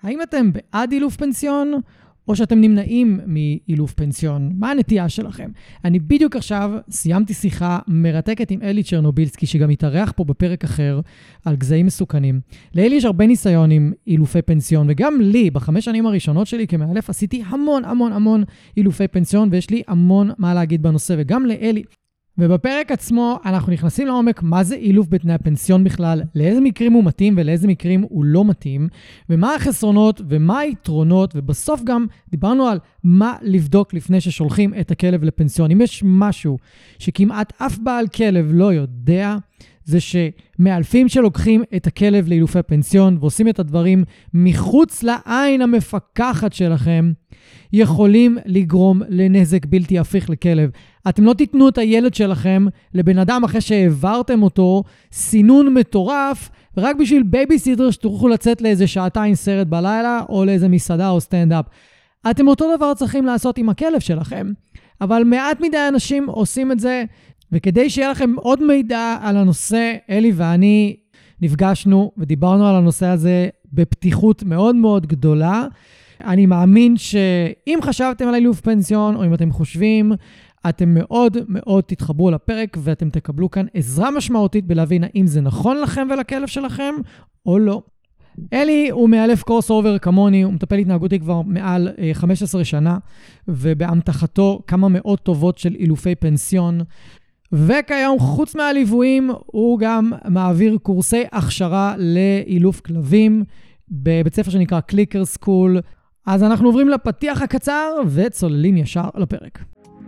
האם אתם בעד אילוף פנסיון, או שאתם נמנעים מאילוף פנסיון? מה הנטייה שלכם? אני בדיוק עכשיו סיימתי שיחה מרתקת עם אלי צ'רנובילסקי, שגם התארח פה בפרק אחר על גזעים מסוכנים. לאלי יש הרבה ניסיון עם אילופי פנסיון, וגם לי, ב5 שנים הראשונות שלי כמאלף, עשיתי המון אילופי פנסיון, ויש לי המון מה להגיד בנושא, וגם לאלי. ובפרק עצמו אנחנו נכנסים לעומק מה זה אילוף בתנאי הפנסיון בכלל, לאיזה מקרים הוא מתאים ולאיזה מקרים הוא לא מתאים, ומה החסרונות ומה היתרונות, ובסוף גם דיברנו על מה לבדוק לפני ששולחים את הכלב לפנסיון. אם יש משהו שכמעט אף בעל כלב לא יודע, זה שמאלפים שלוקחים את הכלב לאילופי פנסיון ועושים את הדברים מחוץ לעין המפקחת שלכם, יכולים לגרום לנזק בלתי הפיך לכלב. אתם לא תיתנו את הילד שלכם לבן אדם אחרי שהעברתם אותו סינון מטורף, רק בשביל בייביסיטר שתוכלו לצאת לאיזה שעתיים סרט בלילה, או לאיזה מסעדה או סטנד-אפ. אתם אותו דבר צריכים לעשות עם הכלב שלכם. אבל מעט מדי אנשים עושים את זה, וכדי שיהיה לכם עוד מידע על הנושא, אלי ואני נפגשנו ודיברנו על הנושא הזה בפתיחות מאוד מאוד גדולה. אני מאמין שאם חשבתם על אילוף פנסיון, או אם אתם חושבים, אתם מאוד מאוד תתחברו לפרק, ואתם תקבלו כאן עזרה משמעותית בלהבין האם זה נכון לכם ולכלב שלכם, או לא. אלי הוא מאלף קורס אובר כמוני, הוא מטפל התנהגותי כבר מעל 15 שנה, ובאמתחתו כמה מאות טובות של אילופי פנסיון, וכיום חוץ מהליוויים הוא גם מעביר קורסי הכשרה לאילוף כלבים, בבית ספר שנקרא קליקר סקול. אז אנחנו עוברים לפתיח הקצר וצוללים ישר לפרק.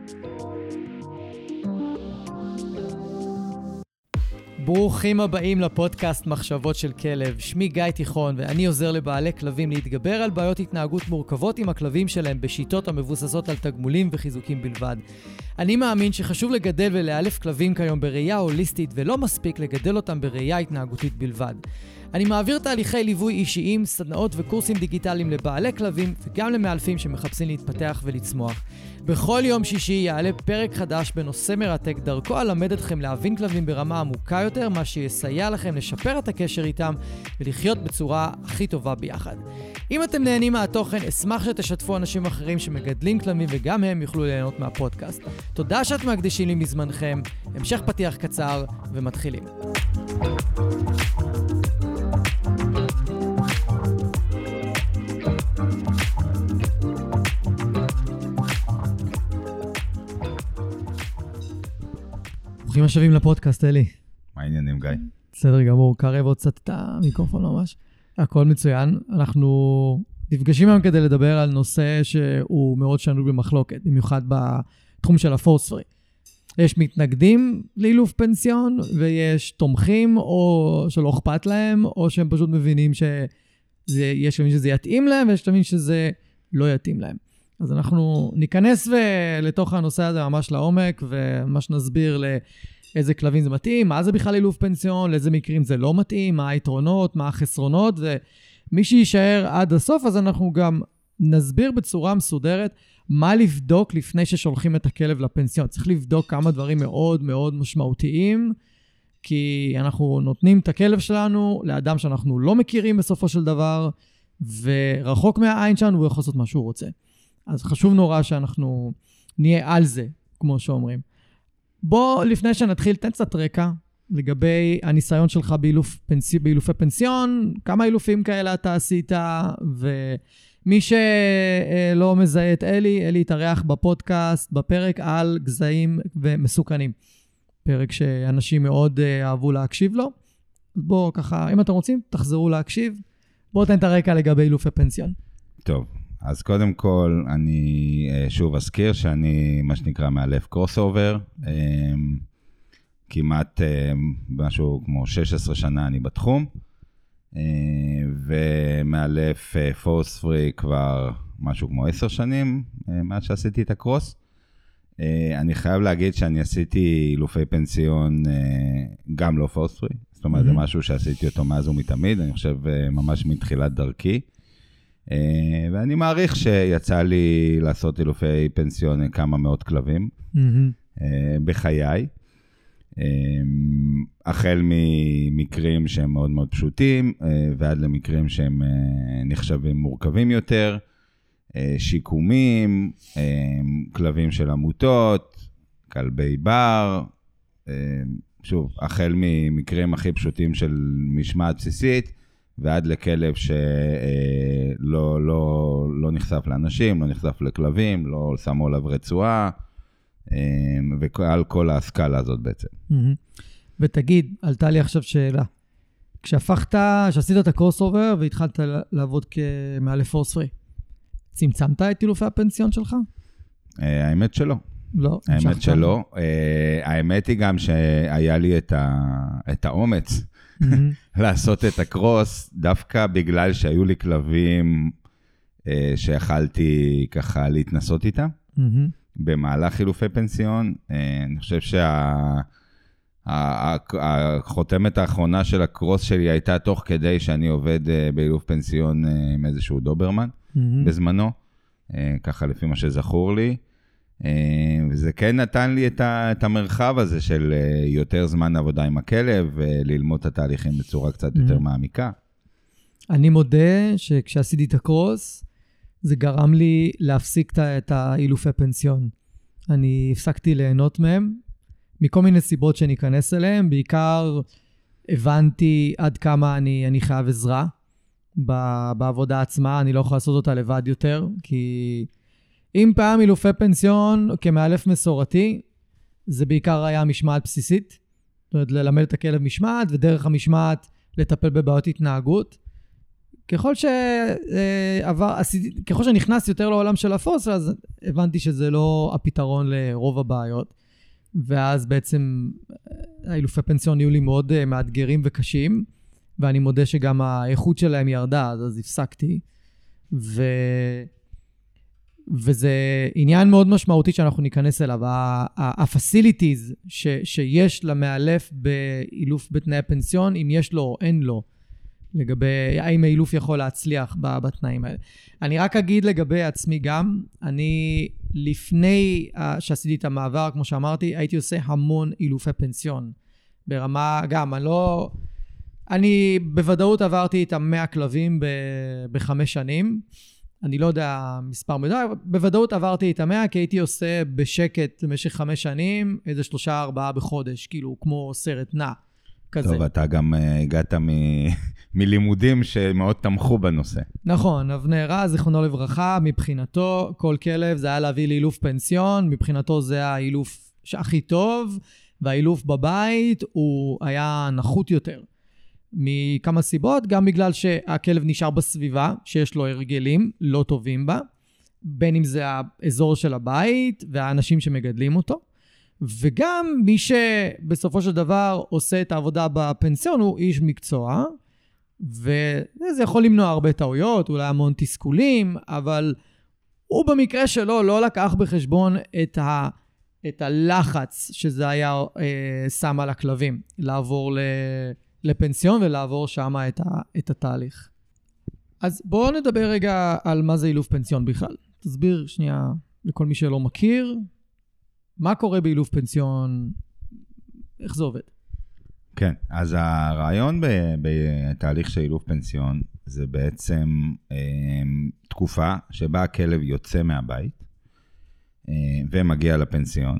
ברוכים הבאים לפודקאסט מחשבות של כלב. שמי גיא תיכון, ואני עוזר לבעלי כלבים להתגבר על בעיות התנהגות מורכבות עם הכלבים שלהם בשיטות המבוססות על תגמולים וחיזוקים בלבד. אני מאמין שחשוב לגדל ולאלף כלבים כיום בראייה הוליסטית, ולא מספיק לגדל אותם בראייה התנהגותית בלבד. אני מעביר תהליכי ליווי אישיים, סדנאות וקורסים דיגיטליים לבעלי כלבים וגם למאלפים שמחפשים להתפתח ולצמוח. בכל יום שישי יעלה פרק חדש בנושא מרתק, דרכו אלמד אתכם להבין כלבים ברמה עמוקה יותר, מה שיסייע לכם לשפר את הקשר איתם ולחיות בצורה הכי טובה ביחד. אם אתם נהנים מהתוכן, אשמח שתשתפו אנשים אחרים שמגדלים כלבים וגם הם יוכלו ליהנות מהפודקאסט. תודה שאתם מקדישים לי מזמנכם. המשך פתיח קצר ומתחילים. ברוכים השבים לפודקאסט, אלי. מה העניינים, גיא? בסדר גמור, קרב עוד קצת את המיקרופון ממש. הכל מצוין. אנחנו נפגשים היום כדי לדבר על נושא שהוא מאוד שנוי במחלוקת, במיוחד בתחום של הפורס-פרי. יש מתנגדים לאילוף פנסיון, ויש תומכים או שלא אכפת להם, או שהם פשוט מבינים שיש למין שזה יתאים להם, ויש למין שזה לא יתאים להם. אז אנחנו ניכנס לתוך הנושא הזה ממש לעומק, וממש נסביר לאיזה כלבים זה מתאים, מה זה בכלל אילוף פנסיון, לאיזה מקרים זה לא מתאים, מה היתרונות, מה החסרונות, ומי שישאר עד הסוף, אז אנחנו גם נסביר בצורה מסודרת מה לבדוק לפני ששולחים את הכלב לפנסיון. צריך לבדוק כמה דברים מאוד מאוד משמעותיים, כי אנחנו נותנים את הכלב שלנו לאדם שאנחנו לא מכירים בסופו של דבר, ורחוק מהעין שלנו הוא יכול לעשות מה שהוא רוצה. אז חשוב נורא שאנחנו נהיה על זה, כמו שאומרים. בוא, לפני שנתחיל, תן קצת רקע לגבי הניסיון שלך באילופי פנסיון, כמה אילופים כאלה אתה עשית, ומי שלא מזהה את אלי התארח בפודקאסט, בפרק על גזעים ומסוכנים. פרק שאנשים מאוד אהבו להקשיב לו. בוא ככה, אם אתם רוצים, תחזרו להקשיב. בוא תן את הרקע לגבי אילופי פנסיון. טוב. אז קודם כל, אני שוב אזכיר שאני, מה שנקרא, מאלף קרוס אובר. כמעט משהו כמו 16 שנה אני בתחום. ומאלף פורס פרי כבר משהו כמו 10 שנים, מאז שעשיתי את הקרוס. אני חייב להגיד שאני עשיתי אילופי פנסיון גם לא פורס פרי. זאת אומרת, זה משהו שעשיתי אותו מאז ומתמיד. אני חושב ממש מתחילת דרכי. ואני מעריך שיצא לי לעשות אילופי פנסיון כמה מאות כלבים בחיי. החל ממקרים שהם מאוד מאוד פשוטים, ועד למקרים שהם נחשבים מורכבים יותר, שיקומים, כלבים של עמותות, כלבי בר, שוב, החל ממקרים הכי פשוטים של משמעת בסיסית, ועד לכלב שלא נחשף לאנשים, לא נחשף לכלבים, לא שמו עליו רצועה, ועל כל ההשכלה הזאת בעצם. ותגיד, עלתה לי עכשיו שאלה. כשעשית את הקרוס אובר והתחלת לעבוד כמאלף פורס-פרי, צמצמת את אילופי הפנסיון שלך? האמת שלא. לא. האמת שלא. האמת היא גם שהיה לי את האומץ לעשות את הקרוס, דווקא בגלל שהיו לי כלבים שיכלתי ככה להתנסות איתם. במהלך חילופי פנסיון, אני חושב החותמת האחרונה של הקרוס שלי הייתה תוך כדי שאני עובד באילוף פנסיון עם איזשהו דוברמן בזמנו, ככה לפי מה שזכור לי, וזה כן נתן לי את המרחב הזה של יותר זמן עבודה עם הכלב, וללמוד את התהליכים בצורה קצת יותר מעמיקה. אני מודה שכשעשיתי את הקרוס, זה גרם לי להפסיק את האילופי פנסיון. אני הפסקתי ליהנות מהם, מכל מיני סיבות שאני אכנס אליהם, בעיקר הבנתי עד כמה אני חייב עזרה בעבודה עצמה, אני לא יכול לעשות אותה לבד יותר, כי אם פעם אילופי פנסיון כמאלף מסורתי, זה בעיקר היה משמעת בסיסית, זאת אומרת ללמד את הכלב משמעת, ודרך המשמעת לטפל בבעיות התנהגות. ככל שנכנס יותר לעולם של הפורס, אז הבנתי שזה לא הפתרון לרוב הבעיות. ואז בעצם האילופי פנסיון יהיו לי מאוד מאתגרים וקשים, ואני מודה שגם האיכות שלהם ירדה, אז הפסקתי. וזה עניין מאוד משמעותי שאנחנו ניכנס אליו. ה-facilities שיש למאלף באילוף בתנאי פנסיון, אם יש לו או אין לו, לגבי האם האילוף יכול להצליח בתנאים האלה. אני רק אגיד לגבי עצמי גם, אני לפני שעשיתי את המעבר, כמו שאמרתי, הייתי עושה המון אילופי פנסיון. ברמה, גם, אני בוודאות עברתי את 100 כלבים ב5 שנים. אני לא יודע מספר מדי, בוודאות עברתי את 100, כי הייתי עושה בשקט במשך 5 שנים, איזה 3-4 בחודש, כאילו כמו סרט נע. כזה. טוב, אתה גם הגעת מלימודים שמאוד תמכו בנושא. נכון, אבנר רז, זיכרונו לברכה, מבחינתו, כל כלב זה היה להביא לאילוף פנסיון, מבחינתו זה האילוף הכי טוב, והאילוף בבית הוא היה נחות יותר. מכמה סיבות, גם בגלל שהכלב נשאר בסביבה, שיש לו הרגלים לא טובים בה, בין אם זה האזור של הבית והאנשים שמגדלים אותו, וגם מי שבסופו של דבר עושה את העבודה בפנסיון הוא איש מקצוע, וזה יכול למנוע הרבה טעויות, אולי המון תסכולים, אבל הוא במקרה שלו לא לקח בחשבון את הלחץ שזה היה שם על הכלבים, לעבור לפנסיון ולעבור שם את התהליך. אז בואו נדבר רגע על מה זה אילוף פנסיון בכלל. תסביר שנייה לכל מי שלא מכיר, מה קורה באילוף פנסיון, איך זה עובד? כן, אז הרעיון בתהליך של אילוף פנסיון, זה בעצם תקופה שבה הכלב יוצא מהבית, ומגיע לפנסיון.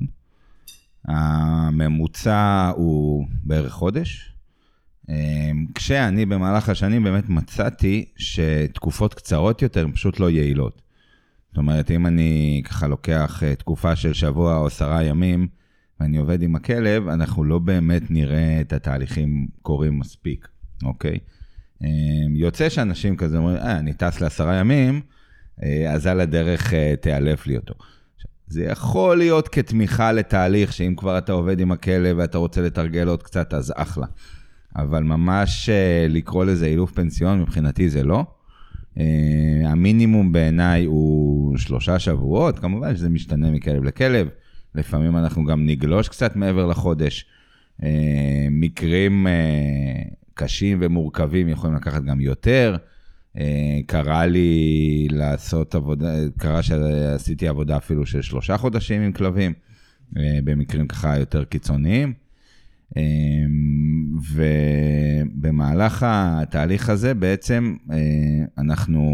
הממוצע הוא בערך חודש, כשאני במהלך השנים באמת מצאתי שתקופות קצרות יותר פשוט לא יעילות. זאת אומרת, אם אני ככה לוקח תקופה של שבוע או 10 ימים, ואני עובד עם הכלב, אנחנו לא באמת נראה את התהליכים קורים מספיק, אוקיי? יוצא שאנשים כזה אומרים, אני טס ל10 ימים, אז על הדרך תאלף לי אותו. זה יכול להיות כתמיכה לתהליך, שאם כבר אתה עובד עם הכלב ואתה רוצה לתרגל עוד קצת, אז אחלה. אבל ממש לקרוא לזה אילוף פנסיון, מבחינתי זה לא. המינימום בעיניי הוא 3 שבועות, כמובן שזה משתנה מכלב לכלב, לפעמים אנחנו גם נגלוש קצת מעבר לחודש, מקרים קשים ומורכבים יכולים לקחת גם יותר, קרה לי לעשות עבודה, קרה שעשיתי עבודה אפילו של 3 חודשים עם כלבים, במקרים ככה יותר קיצוניים, ובמהלך התהליך הזה בעצם אנחנו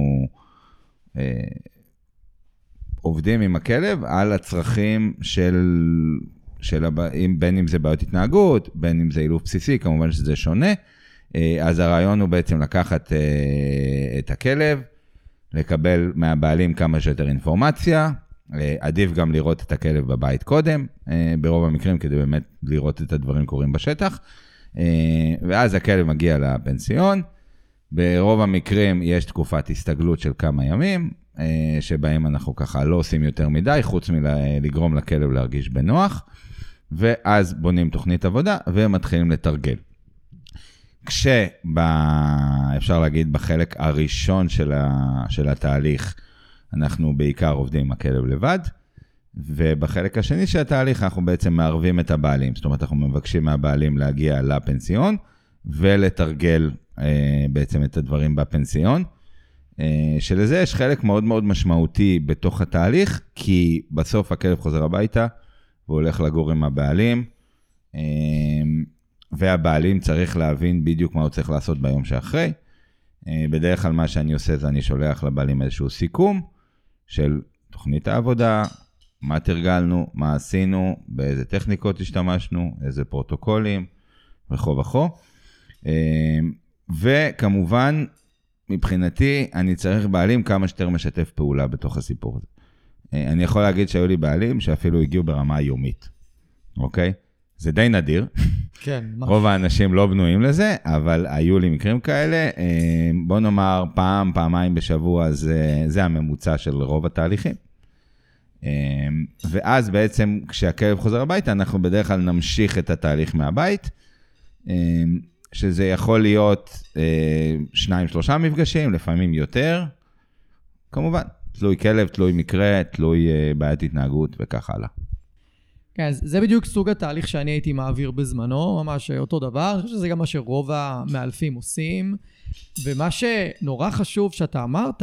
עובדים עם הכלב על הצרכים בין אם זה בעיות התנהגות, בין אם זה אילוף בסיסי, כמובן שזה שונה. אז הרעיון הוא בעצם לקחת את הכלב, לקבל מהבעלים כמה שיותר אינפורמציה, עדיף גם לראות את הכלב בבית קודם, ברוב המקרים כדי באמת לראות את הדברים קורים בשטח, ואז הכלב מגיע לפנסיון, ברוב המקרים יש תקופת הסתגלות של כמה ימים, שבהם אנחנו ככה לא עושים יותר מדי, חוץ מלגרום לכלב להרגיש בנוח, ואז בונים תוכנית עבודה ומתחילים לתרגל. אפשר להגיד בחלק הראשון של התהליך, אנחנו בעיקר עובדים עם הכלב לבד, ובחלק השני של התהליך אנחנו בעצם מערבים את הבעלים, זאת אומרת אנחנו מבקשים מהבעלים להגיע לפנסיון, ולתרגל בעצם את הדברים בפנסיון, שלזה יש חלק מאוד מאוד משמעותי בתוך התהליך, כי בסוף הכלב חוזר הביתה, והוא הולך לגור עם הבעלים, והבעלים צריך להבין בדיוק מה הוא צריך לעשות ביום שאחרי. בדרך כלל מה שאני עושה זה אני שולח לבעלים איזשהו סיכום של תוכנית העבודה, מה תרגלנו, מה עשינו, באיזה טכניקות השתמשנו, איזה פרוטוקולים וכו' וכו'. וכמובן, מבחינתי, אני צריך בעלים כמה שיותר משתף פעולה בתוך הסיפור הזה. אני יכול להגיד שהיו לי בעלים שאפילו הגיעו ברמה יומית. אוקיי? זה די נדיר. כן. רוב האנשים לא בנויים לזה, אבל היו לי מקרים כאלה. בוא נאמר, פעמיים בשבוע, זה הממוצע של רוב התהליכים. ואז בעצם, כשהכלב חוזר הביתה, אנחנו בדרך כלל נמשיך את התהליך מהבית, שזה יכול להיות 2-3 מפגשים, לפעמים יותר. כמובן, תלוי כלב, תלוי מקרה, תלוי בעיית התנהגות וכך הלאה. כן, זה בדיוק סוג התהליך שאני הייתי מעביר בזמנו, ממש אותו דבר. אני חושב שזה גם מה שרוב המאלפים עושים. ומה שנורא חשוב שאתה אמרת,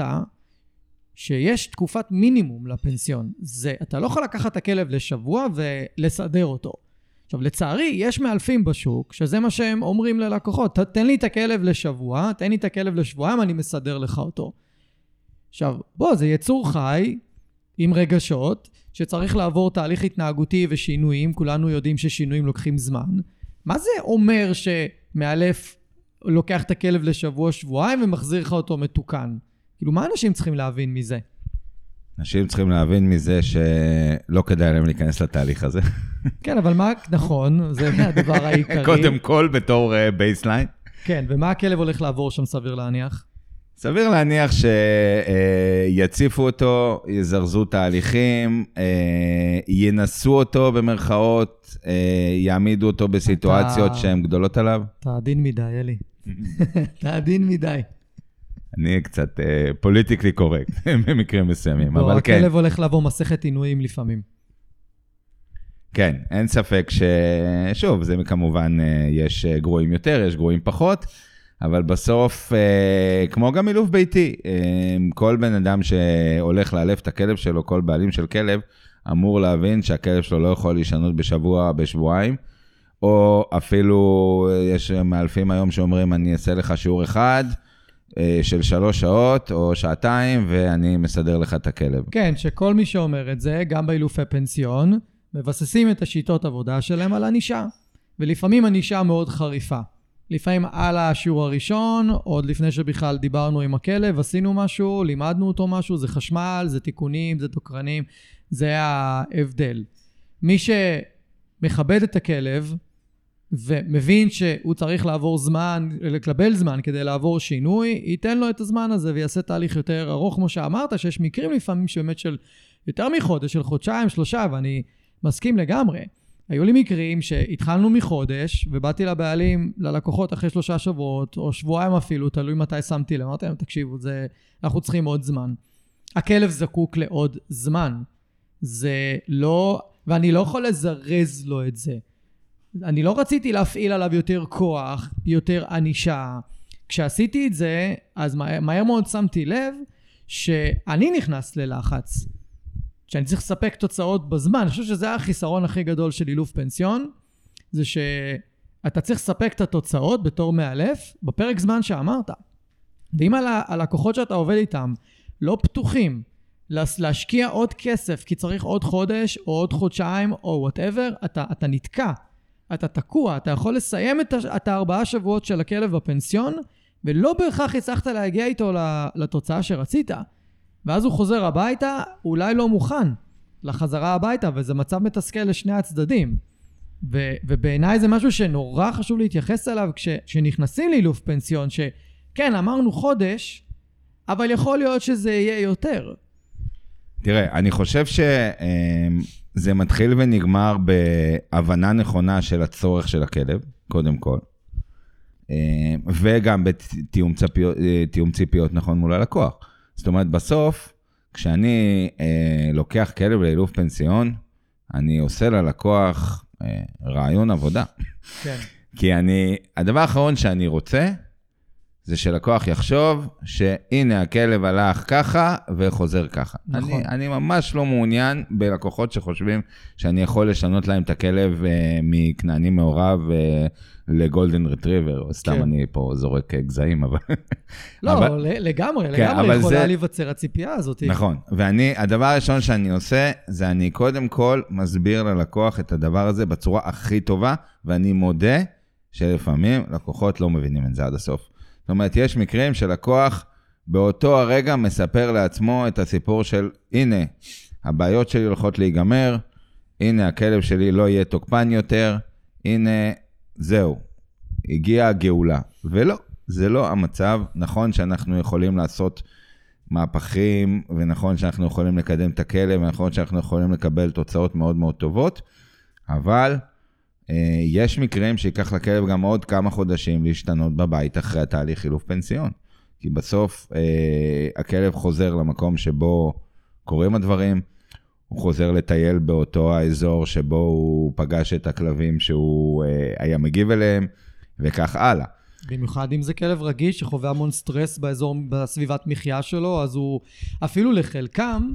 שיש תקופת מינימום לפנסיון. זה, אתה לא יכול לקחת את הכלב לשבוע ולסדר אותו. עכשיו, לצערי, יש מאלפים בשוק, שזה מה שהם אומרים ללקוחות. תן לי את הכלב לשבוע, תן לי את הכלב לשבועיים, אני מסדר לך אותו. עכשיו, זה יצור חי עם רגשות, שצריך לעבור תהליך התנהגותי ושינויים, כולנו יודעים ששינויים לוקחים זמן. מה זה אומר שמאלף לוקח את הכלב לשבוע, שבועיים, ומחזיר לך אותו מתוקן? כאילו, מה אנשים צריכים להבין מזה? אנשים צריכים להבין מזה שלא כדאי להם להיכנס לתהליך הזה. כן, אבל מה, נכון, זה הדבר העיקרי. קודם כל בתור בייסליין. כן, ומה הכלב הולך לעבור שם, סביר להניח? סביר להניח שיציפו אותו, יזרזו תהליכים, ינסו אותו במרכאות, יעמידו אותו בסיטואציות שהן גדולות עליו. אתה עדין מדי, אלי. אתה עדין מדי. אני קצת פוליטיקלי קורקט במקרים מסוימים, אבל כן. הכלב הולך לעבור מסכת עינויים לפעמים. כן, אין ספק שוב, זה כמובן יש גרועים יותר, יש גרועים פחות, אבל בסוף, כמו גם אילוף ביתי, כל בן אדם שהולך לאלף את הכלב שלו, כל בעלים של כלב, אמור להבין שהכלב שלו לא יכול להישנות בשבוע, בשבועיים, או אפילו יש מאלפים היום שאומרים, אני אעשה לך שיעור אחד, של 3 שעות או שעתיים, ואני מסדר לך את הכלב. כן, שכל מי שאומר את זה, גם באילופי פנסיון, מבססים את השיטות עבודה שלהם על ענישה, ולפעמים ענישה מאוד חריפה. לפעמים על השיעור הראשון, עוד לפני שבכלל דיברנו עם הכלב, עשינו משהו, לימדנו אותו משהו, זה חשמל, זה תיקונים, זה דוקרנים, זה ההבדל. מי שמכבד את הכלב, ומבין שהוא צריך לעבור זמן, לקבל זמן כדי לעבור שינוי, ייתן לו את הזמן הזה ויעשה תהליך יותר ארוך, כמו שאמרת, שיש מקרים לפעמים שבאמת של יותר מחודש, של חודשיים, 3, ואני מסכים לגמרי. היו לי מקרים שהתחלנו מחודש, ובאתי לבעלים, ללקוחות אחרי 3 שבועות, או שבועיים אפילו, תלוי מתי שמתי להם, אמרתי להם, תקשיבו, אנחנו צריכים עוד זמן. הכלב זקוק לעוד זמן. זה לא, ואני לא יכול לזרז לו את זה. אני לא רציתי להפעיל עליו יותר כוח, יותר ענישה. כשעשיתי את זה, אז מהר מאוד שמתי לב שאני נכנס ללחץ. שאני צריך לספק תוצאות בזמן. אני חושב שזה החיסרון הכי גדול של אילוף פנסיון, זה אתה צריך לספק את התוצאות בתור מאלף, בפרק זמן שאמרת. ואם הלקוחות שאתה עובד איתם לא פתוחים להשקיע עוד כסף, כי צריך עוד חודש, או עוד חודשיים, או whatever, אתה נתקע, אתה תקוע, אתה יכול לסיים את 4 שבועות של הכלב בפנסיון, ולא בהכרח הצלחת להגיע איתו לתוצאה שרצית. ואז הוא חוזר הביתה, אולי לא מוכן לחזרה הביתה, וזה מצב מתסכל לשני הצדדים. ובעיניי זה משהו שנורא חשוב להתייחס אליו, כשנכנסים לאילוף פנסיון, שכן, אמרנו חודש, אבל יכול להיות שזה יהיה יותר. תראה, אני חושב שזה מתחיל ונגמר בהבנה נכונה של הצורך של הכלב, קודם כל, וגם בתיאום ציפיות נכון מול הלקוח. זאת אומרת, בסוף, כשאני לוקח כלב לאילוף פנסיון, אני עושה ללקוח רעיון עבודה. כן. כי הדבר האחרון שאני רוצה, זה שלקוח יחשוב שהנה הכלב הלך ככה וחוזר ככה. נכון. אני ממש לא מעוניין בלקוחות שחושבים שאני יכול לשנות להם את הכלב מכנעני מעורב לגולדן רטריבר, או סתם אני פה זורק גזעים, אבל... לא, לגמרי יכולה להיווצר הציפייה הזאת. נכון, הדבר הראשון שאני עושה, זה אני קודם כל מסביר ללקוח את הדבר הזה בצורה הכי טובה, ואני מודה שלפעמים לקוחות לא מבינים את זה עד הסוף. זאת אומרת, יש מקרים שלקוח באותו הרגע מספר לעצמו את הסיפור של, הנה, הבעיות שלי הולכות להיגמר, הנה, הכלב שלי לא יהיה תוקפן יותר, הנה, זהו, הגיעה הגאולה. ולא, זה לא המצב. נכון שאנחנו יכולים לעשות מהפכים, ונכון שאנחנו יכולים לקדם את הכלב, ונכון שאנחנו יכולים לקבל תוצאות מאוד מאוד טובות, אבל יש מקרים שיקח לכלב גם עוד כמה חודשים להשתנות בבית אחרי התהליך חילוף פנסיון. כי בסוף הכלב חוזר למקום שבו קוראים הדברים, הוא חוזר לטייל באותו האזור שבו הוא פגש את הכלבים שהוא היה מגיב אליהם, וכך הלאה. במיוחד אם זה כלב רגיש שחווה המון סטרס בסביבת מחיה שלו, אז הוא אפילו לחלקם,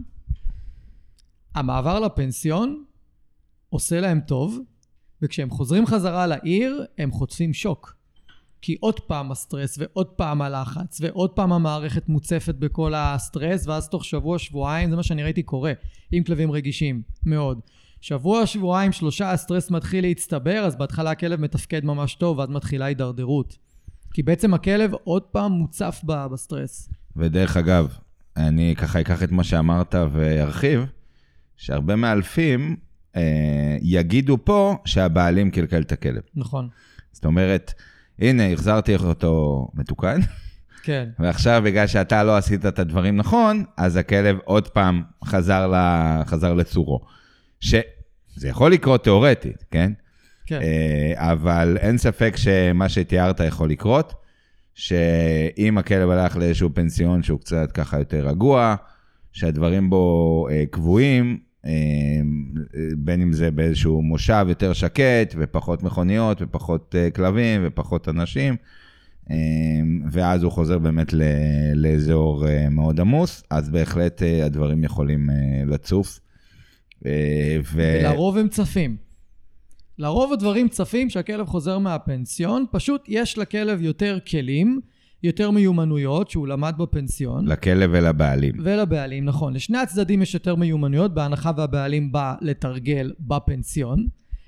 המעבר לפנסיון עושה להם טוב, וכשהם חוזרים חזרה לעיר, הם חוטפים שוק. כי עוד פעם הסטרס, ועוד פעם הלחץ, ועוד פעם המערכת מוצפת בכל הסטרס, ואז תוך שבוע, שבועיים, זה מה שאני ראיתי קורה, עם כלבים רגישים, מאוד. שבוע, שבועיים, 3, הסטרס מתחיל להצטבר, אז בהתחלה הכלב מתפקד ממש טוב, ואז מתחילה הידרדרות. כי בעצם הכלב עוד פעם מוצף בסטרס. ודרך אגב, אני ככה אקח את מה שאמרת וארחיב, שהרבה מאלפים יגידו פה שהבעלים קלקל את הכלב. נכון. זאת אומרת, הנה, החזרתי אותו מתוקן, כן. ועכשיו בגלל שאתה לא עשית את הדברים נכון, אז הכלב עוד פעם חזר לצורו. שזה יכול לקרות תיאורטית, כן? כן. אבל אין ספק שמה שתיארת יכול לקרות, שאם הכלב הלך לאיזשהו פנסיון שהוא קצת ככה יותר רגוע, שהדברים בו קבועים, בין אם זה באיזשהו מושב יותר שקט, ופחות מכוניות, ופחות כלבים, ופחות אנשים, ואז הוא חוזר באמת לאזור מאוד עמוס, אז בהחלט הדברים יכולים לצוף. ולרוב הם צפים. לרוב הדברים צפים שהכלב חוזר מהפנסיון, פשוט יש לכלב יותר כלים, יותר מיומנויות שהוא למד בפנסיון. לכלב ולבעלים. ולבעלים, נכון. לשני הצדדים יש יותר מיומנויות, בהנחה והבעלים בא לתרגל בפנסיון.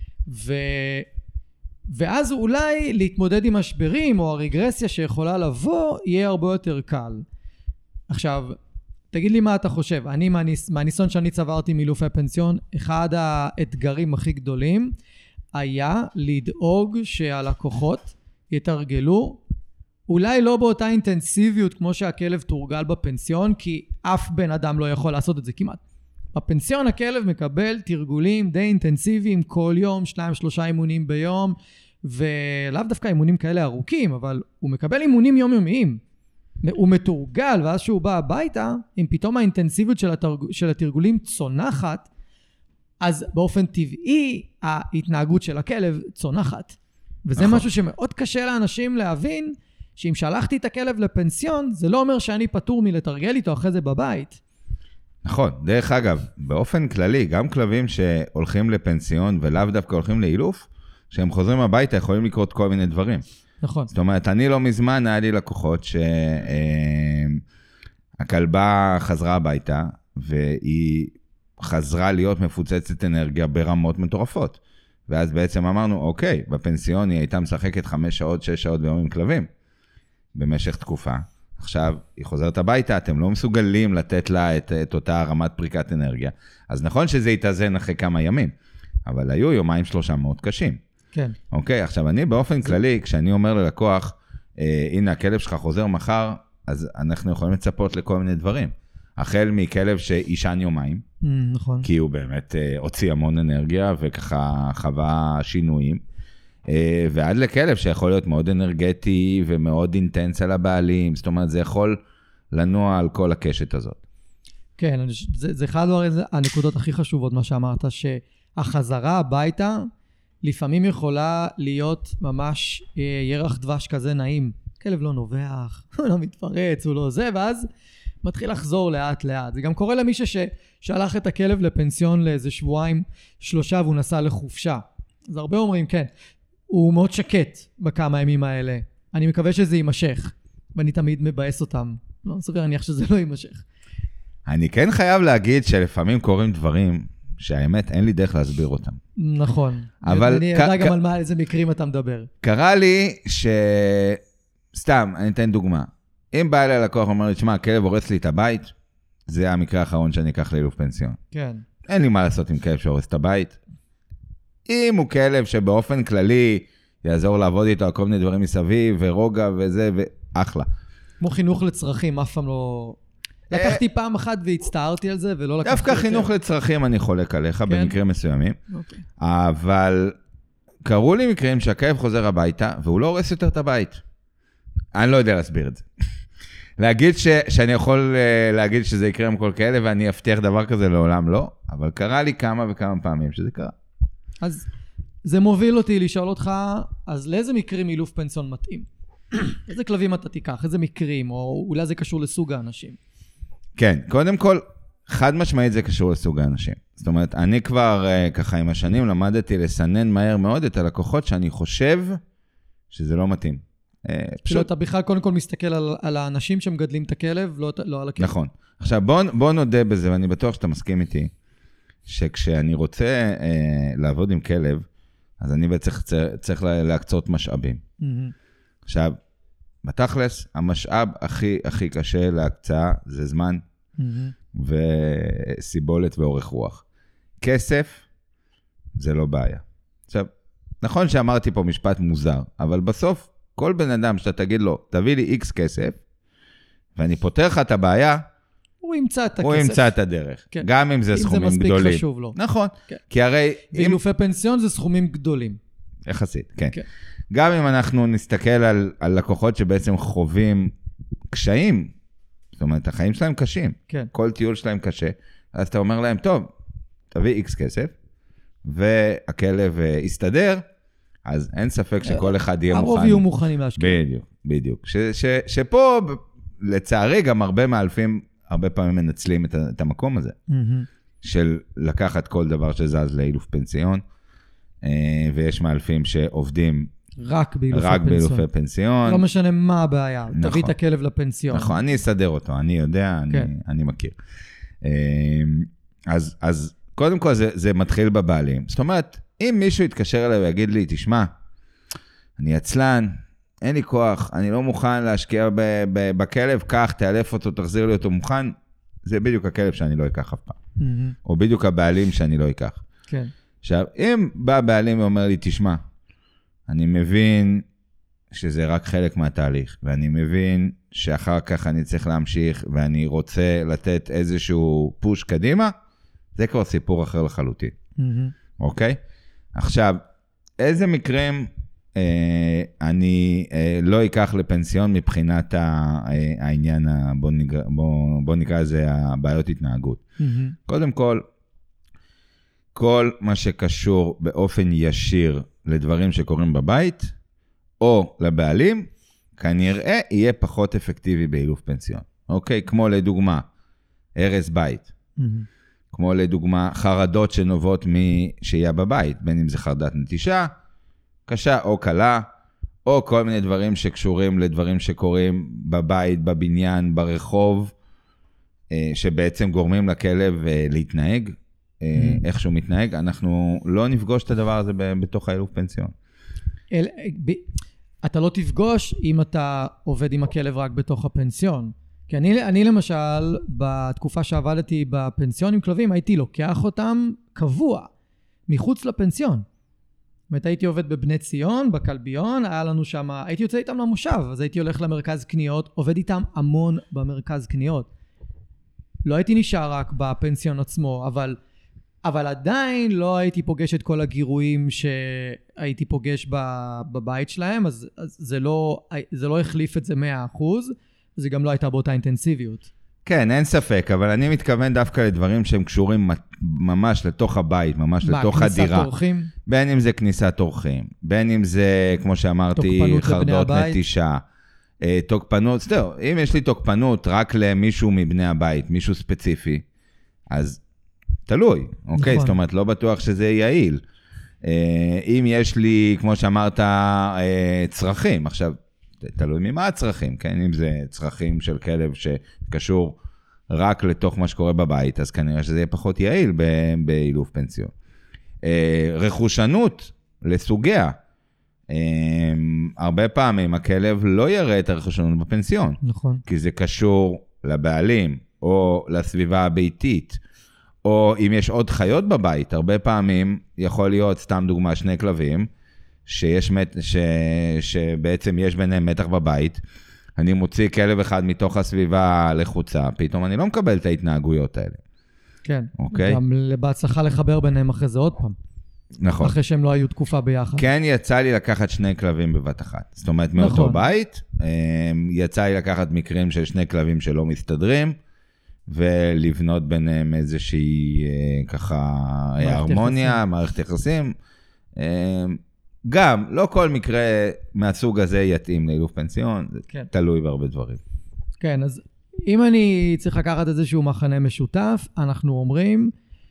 ואז אולי להתמודד עם משברים או הרגרסיה שיכולה לבוא, יהיה הרבה יותר קל. עכשיו, תגיד לי מה אתה חושב. אני מהניסיון שאני צברתי מאילופי פנסיון, אחד האתגרים הכי גדולים היה לדאוג שהלקוחות יתרגלו, אולי לא באותה אינטנסיביות כמו שהכלב תורגל בפנסיון, כי אף בן אדם לא יכול לעשות את זה כמעט. בפנסיון הכלב מקבל תרגולים די אינטנסיביים כל יום, 2-3 אימונים ביום, ולאו דווקא אימונים כאלה ארוכים, אבל הוא מקבל אימונים יומיומיים. הוא מתורגל, ואז שהוא בא הביתה, אם פתאום האינטנסיביות של התרגולים צונחת, אז באופן טבעי ההתנהגות של הכלב צונחת. וזה משהו שמאוד קשה לאנשים להבין, שאם שלחתי את הכלב לפנסיון, זה לא אומר שאני פטור מלתרגל איתו אחרי זה בבית. נכון. דרך אגב, באופן כללי, גם כלבים שהולכים לפנסיון ולאו דווקא הולכים לאילוף, כשהם חוזרים הביתה, יכולים לקרות כל מיני דברים. נכון. זאת אומרת, אני לא מזמן, היה לי לקוחות שהכלבה חזרה הביתה, והיא חזרה להיות מפוצצת אנרגיה ברמות מטורפות. ואז בעצם אמרנו, אוקיי, בפנסיון היא הייתה משחקת 5 שעות, 6 שעות ביום עם כלבים, במשך תקופה. עכשיו, היא חוזרת הביתה, אתם לא מסוגלים לתת לה את אותה רמת פריקת אנרגיה. אז נכון שזה יתאזן אחרי כמה ימים, אבל היו 2-3 מאוד קשים. כן. אוקיי, עכשיו אני באופן כללי, כשאני אומר ללקוח, הנה הכלב שלך חוזר מחר, אז אנחנו יכולים לצפות לכל מיני דברים. החל מכלב שישן יומיים, נכון. כי הוא באמת הוציא המון אנרגיה, וככה חווה שינויים, ועד לכלב שיכול להיות מאוד אנרגטי, ומאוד אינטנס על הבעלים, זאת אומרת, זה יכול לנוע על כל הקשת הזאת. כן, זה אחד הנקודות הכי חשובות, מה שאמרת, שהחזרה הביתה, לפעמים יכולה להיות ממש ירח דבש כזה נעים. כלב לא נובח, הוא לא מתפרץ, הוא לא זה, ואז מתחיל לחזור לאט לאט. זה גם קורה למי ששלח את הכלב לפנסיון לאיזה 2-3 והוא נסע לחופשה. אז הרבה אומרים, כן, הוא מאוד שקט בכמה ימים האלה. אני מקווה שזה יימשך, ואני תמיד מבאס אותם. לא סביר להניח שזה לא יימשך. אני כן חייב להגיד שלפעמים קורים דברים שהאמת אין לי דרך להסביר אותם. נכון. אבל אני יודע גם על איזה מקרים אתה מדבר. קרה לי סתם, אני אתן דוגמה. אם בא אליי לקוח ואומר לי, תשמע, הכלב הורס לי את הבית, זה המקרה האחרון שאני אקח לאילוף פנסיון. כן. אין לי מה לעשות עם כלב שהורס את הבית. אם הוא כלב שבאופן כללי יעזור לעבוד איתו על כל מיני דברים מסביב, ורוגע וזה, ואחלה. כמו חינוך לצרכים, אף פעם לא... לקחתי פעם אחת והצטערתי על זה, ולא לקחתי... דווקא חינוך לצרכים אני חולק עליך, במקרים מסוימים. אוקיי. אבל קראו לי מקרים שהכלב חוזר הביתה, והוא לא הורס יותר את הבית. אני לא יודע להסביר את זה. להגיד שאני יכול להגיד שזה יקרה עם כל כאלה, ואני אבטיח דבר כזה לעולם לא, אבל קרה לי כמה וכמה פעמים שזה קרה. אז זה מוביל אותי לשאול אותך, אז לאיזה מקרים אילוף פנסיון מתאים? איזה כלבים אתה תיקח? איזה מקרים? או אולי זה קשור לסוג האנשים? כן, קודם כל, חד משמעית זה קשור לסוג האנשים. זאת אומרת, אני כבר ככה עם השנים למדתי לסנן מהר מאוד את הלקוחות שאני חושב שזה לא מתאים. כאילו אתה בכלל קודם כל מסתכל על האנשים שמגדלים את הכלב, לא על הכלב. נכון. עכשיו בוא נודה בזה, ואני בטוח שאתה מסכים איתי, שכשאני רוצה לעבוד עם כלב, אז אני צריך להקצות משאבים. עכשיו, בתכלס, המשאב הכי קשה להקצאה זה זמן וסיבולת ואורך רוח. כסף זה לא בעיה. עכשיו, נכון שאמרתי פה משפט מוזר, אבל בסוף כל בן אדם שאתה תגיד לו, תביא לי X כסף, ואני פותר לך את הבעיה, הוא ימצא את הכסף. הוא ימצא את הדרך. כן. גם אם זה סכומים גדולים. אם זה מספיק חשוב לו. נכון. כן. כי הרי... ואילופי פנסיון זה סכומים גדולים. יחסית, כן. כן. גם אם אנחנו נסתכל על לקוחות שבעצם חווים קשיים, זאת אומרת, החיים שלהם קשים. כן. כל טיול שלהם קשה. אז אתה אומר להם, טוב, תביא X כסף, והכלב יסתדר, אז אין ספק שכל אחד יהיה מוכן. הרוב יהיו מוכנים להשקיע. בדיוק. שפה, לצערי, גם הרבה מאלפים, הרבה פעמים מנצלים את המקום הזה, של לקחת כל דבר שזז לאילוף פנסיון, ויש מאלפים שעובדים רק באילופי פנסיון. לא משנה מה הבעיה, תביא את הכלב לפנסיון. נכון, אני אסדר אותו, אני יודע, אני מכיר. אז קודם כל זה מתחיל בבעלים. זאת אומרת, אם מישהו יתקשר אליי ויגיד לי, תשמע, אני עצלן, אין לי כוח, אני לא מוכן להשקיע בכלב, כך, תאלף אותו, תחזיר לי אותו מוכן, זה בדיוק הכלב שאני לא אקח אף פעם. או בדיוק הבעלים שאני לא אקח. כן. עכשיו, אם בא הבעלים ואומר לי, תשמע, אני מבין שזה רק חלק מהתהליך, ואני מבין שאחר כך אני צריך להמשיך, ואני רוצה לתת איזשהו פוש קדימה, זה כבר סיפור אחר לחלוטין. אוקיי? עכשיו, איזה מקרים אני לא אקח לפנסיון מבחינת העניין, בוא נקרא לזה הבעיות התנהגות. קודם כל מה שקשור באופן ישיר לדברים שקורים בבית, או לבעלים, כנראה יהיה פחות אפקטיבי באילוף פנסיון. אוקיי? כמו לדוגמה, הרס בית. כמו לדוגמה, חרדות שנובעות משהייה בבית, בין אם זה חרדת נטישה, קשה או קלה, או כל מיני דברים שקשורים לדברים שקורים בבית, בבניין, ברחוב, שבעצם גורמים לכלב להתנהג, איך שהוא מתנהג, אנחנו לא נפגוש את הדבר הזה בתוך האילוף פנסיון. אתה לא תפגוש אם אתה עובד עם הכלב רק בתוך הפנסיון. כי אני למשל, בתקופה שעבדתי בפנסיון עם כלבים, הייתי לוקח אותם קבוע, מחוץ לפנסיון. זאת אומרת, הייתי עובד בבני ציון, בכלביון, היה לנו שם, הייתי יוצא איתם למושב, אז הייתי הולך למרכז קניות, עובד איתם המון במרכז קניות. לא הייתי נשאר רק בפנסיון עצמו, אבל עדיין לא הייתי פוגש את כל הגירויים שהייתי פוגש בבית שלהם, אז זה לא החליף את זה 100%, זה גם לא הייתה באותה אינטנסיביות. כן, אין ספק, אבל אני מתכוון דווקא לדברים שהם קשורים ממש לתוך הבית, ממש לתוך הדירה. כניסת אורחים? בין אם זה כניסת אורחים, בין אם זה, כמו שאמרתי, חרדות נטישה, תוקפנות, סתם, אם יש לי תוקפנות רק למישהו מבני הבית, מישהו ספציפי, אז תלוי, אוקיי? זאת אומרת, לא בטוח שזה יעיל. אם יש לי, כמו שאמרת, צרכים, עכשיו, תלוי ממה הצרכים, כן? אם זה צרכים של כלב שקשור רק לתוך מה שקורה בבית, אז כנראה שזה יהיה פחות יעיל באילוף פנסיון. רכושנות לסוגיה. הרבה פעמים הכלב לא יראה את הרכושנות בפנסיון. נכון. כי זה קשור לבעלים, או לסביבה הביתית, או אם יש עוד חיות בבית, הרבה פעמים יכול להיות, סתם דוגמה, 2 כלבים, שבעצם יש ביניהם מתח בבית, אני מוציא כלב אחד מתוך הסביבה לחוצה, פתאום אני לא מקבל את ההתנהגויות האלה. כן, אוקיי? גם בהצלחה לחבר ביניהם אחרי זה עוד פעם. נכון. אחרי שהם לא היו תקופה ביחד. כן, יצא לי לקחת 2 כלבים בבת אחת. זאת אומרת, מאותו בית, יצא לי לקחת מקרים של 2 כלבים שלא מסתדרים, ולבנות ביניהם איזושהי ככה הרמוניה, מערכת יחסים. גם, לא כל מקרה מהסוג הזה יתאים לאילוף פנסיון, זה תלוי בהרבה דברים. כן, אז אם אני צריך לקחת איזשהו מחנה משותף, אנחנו אומרים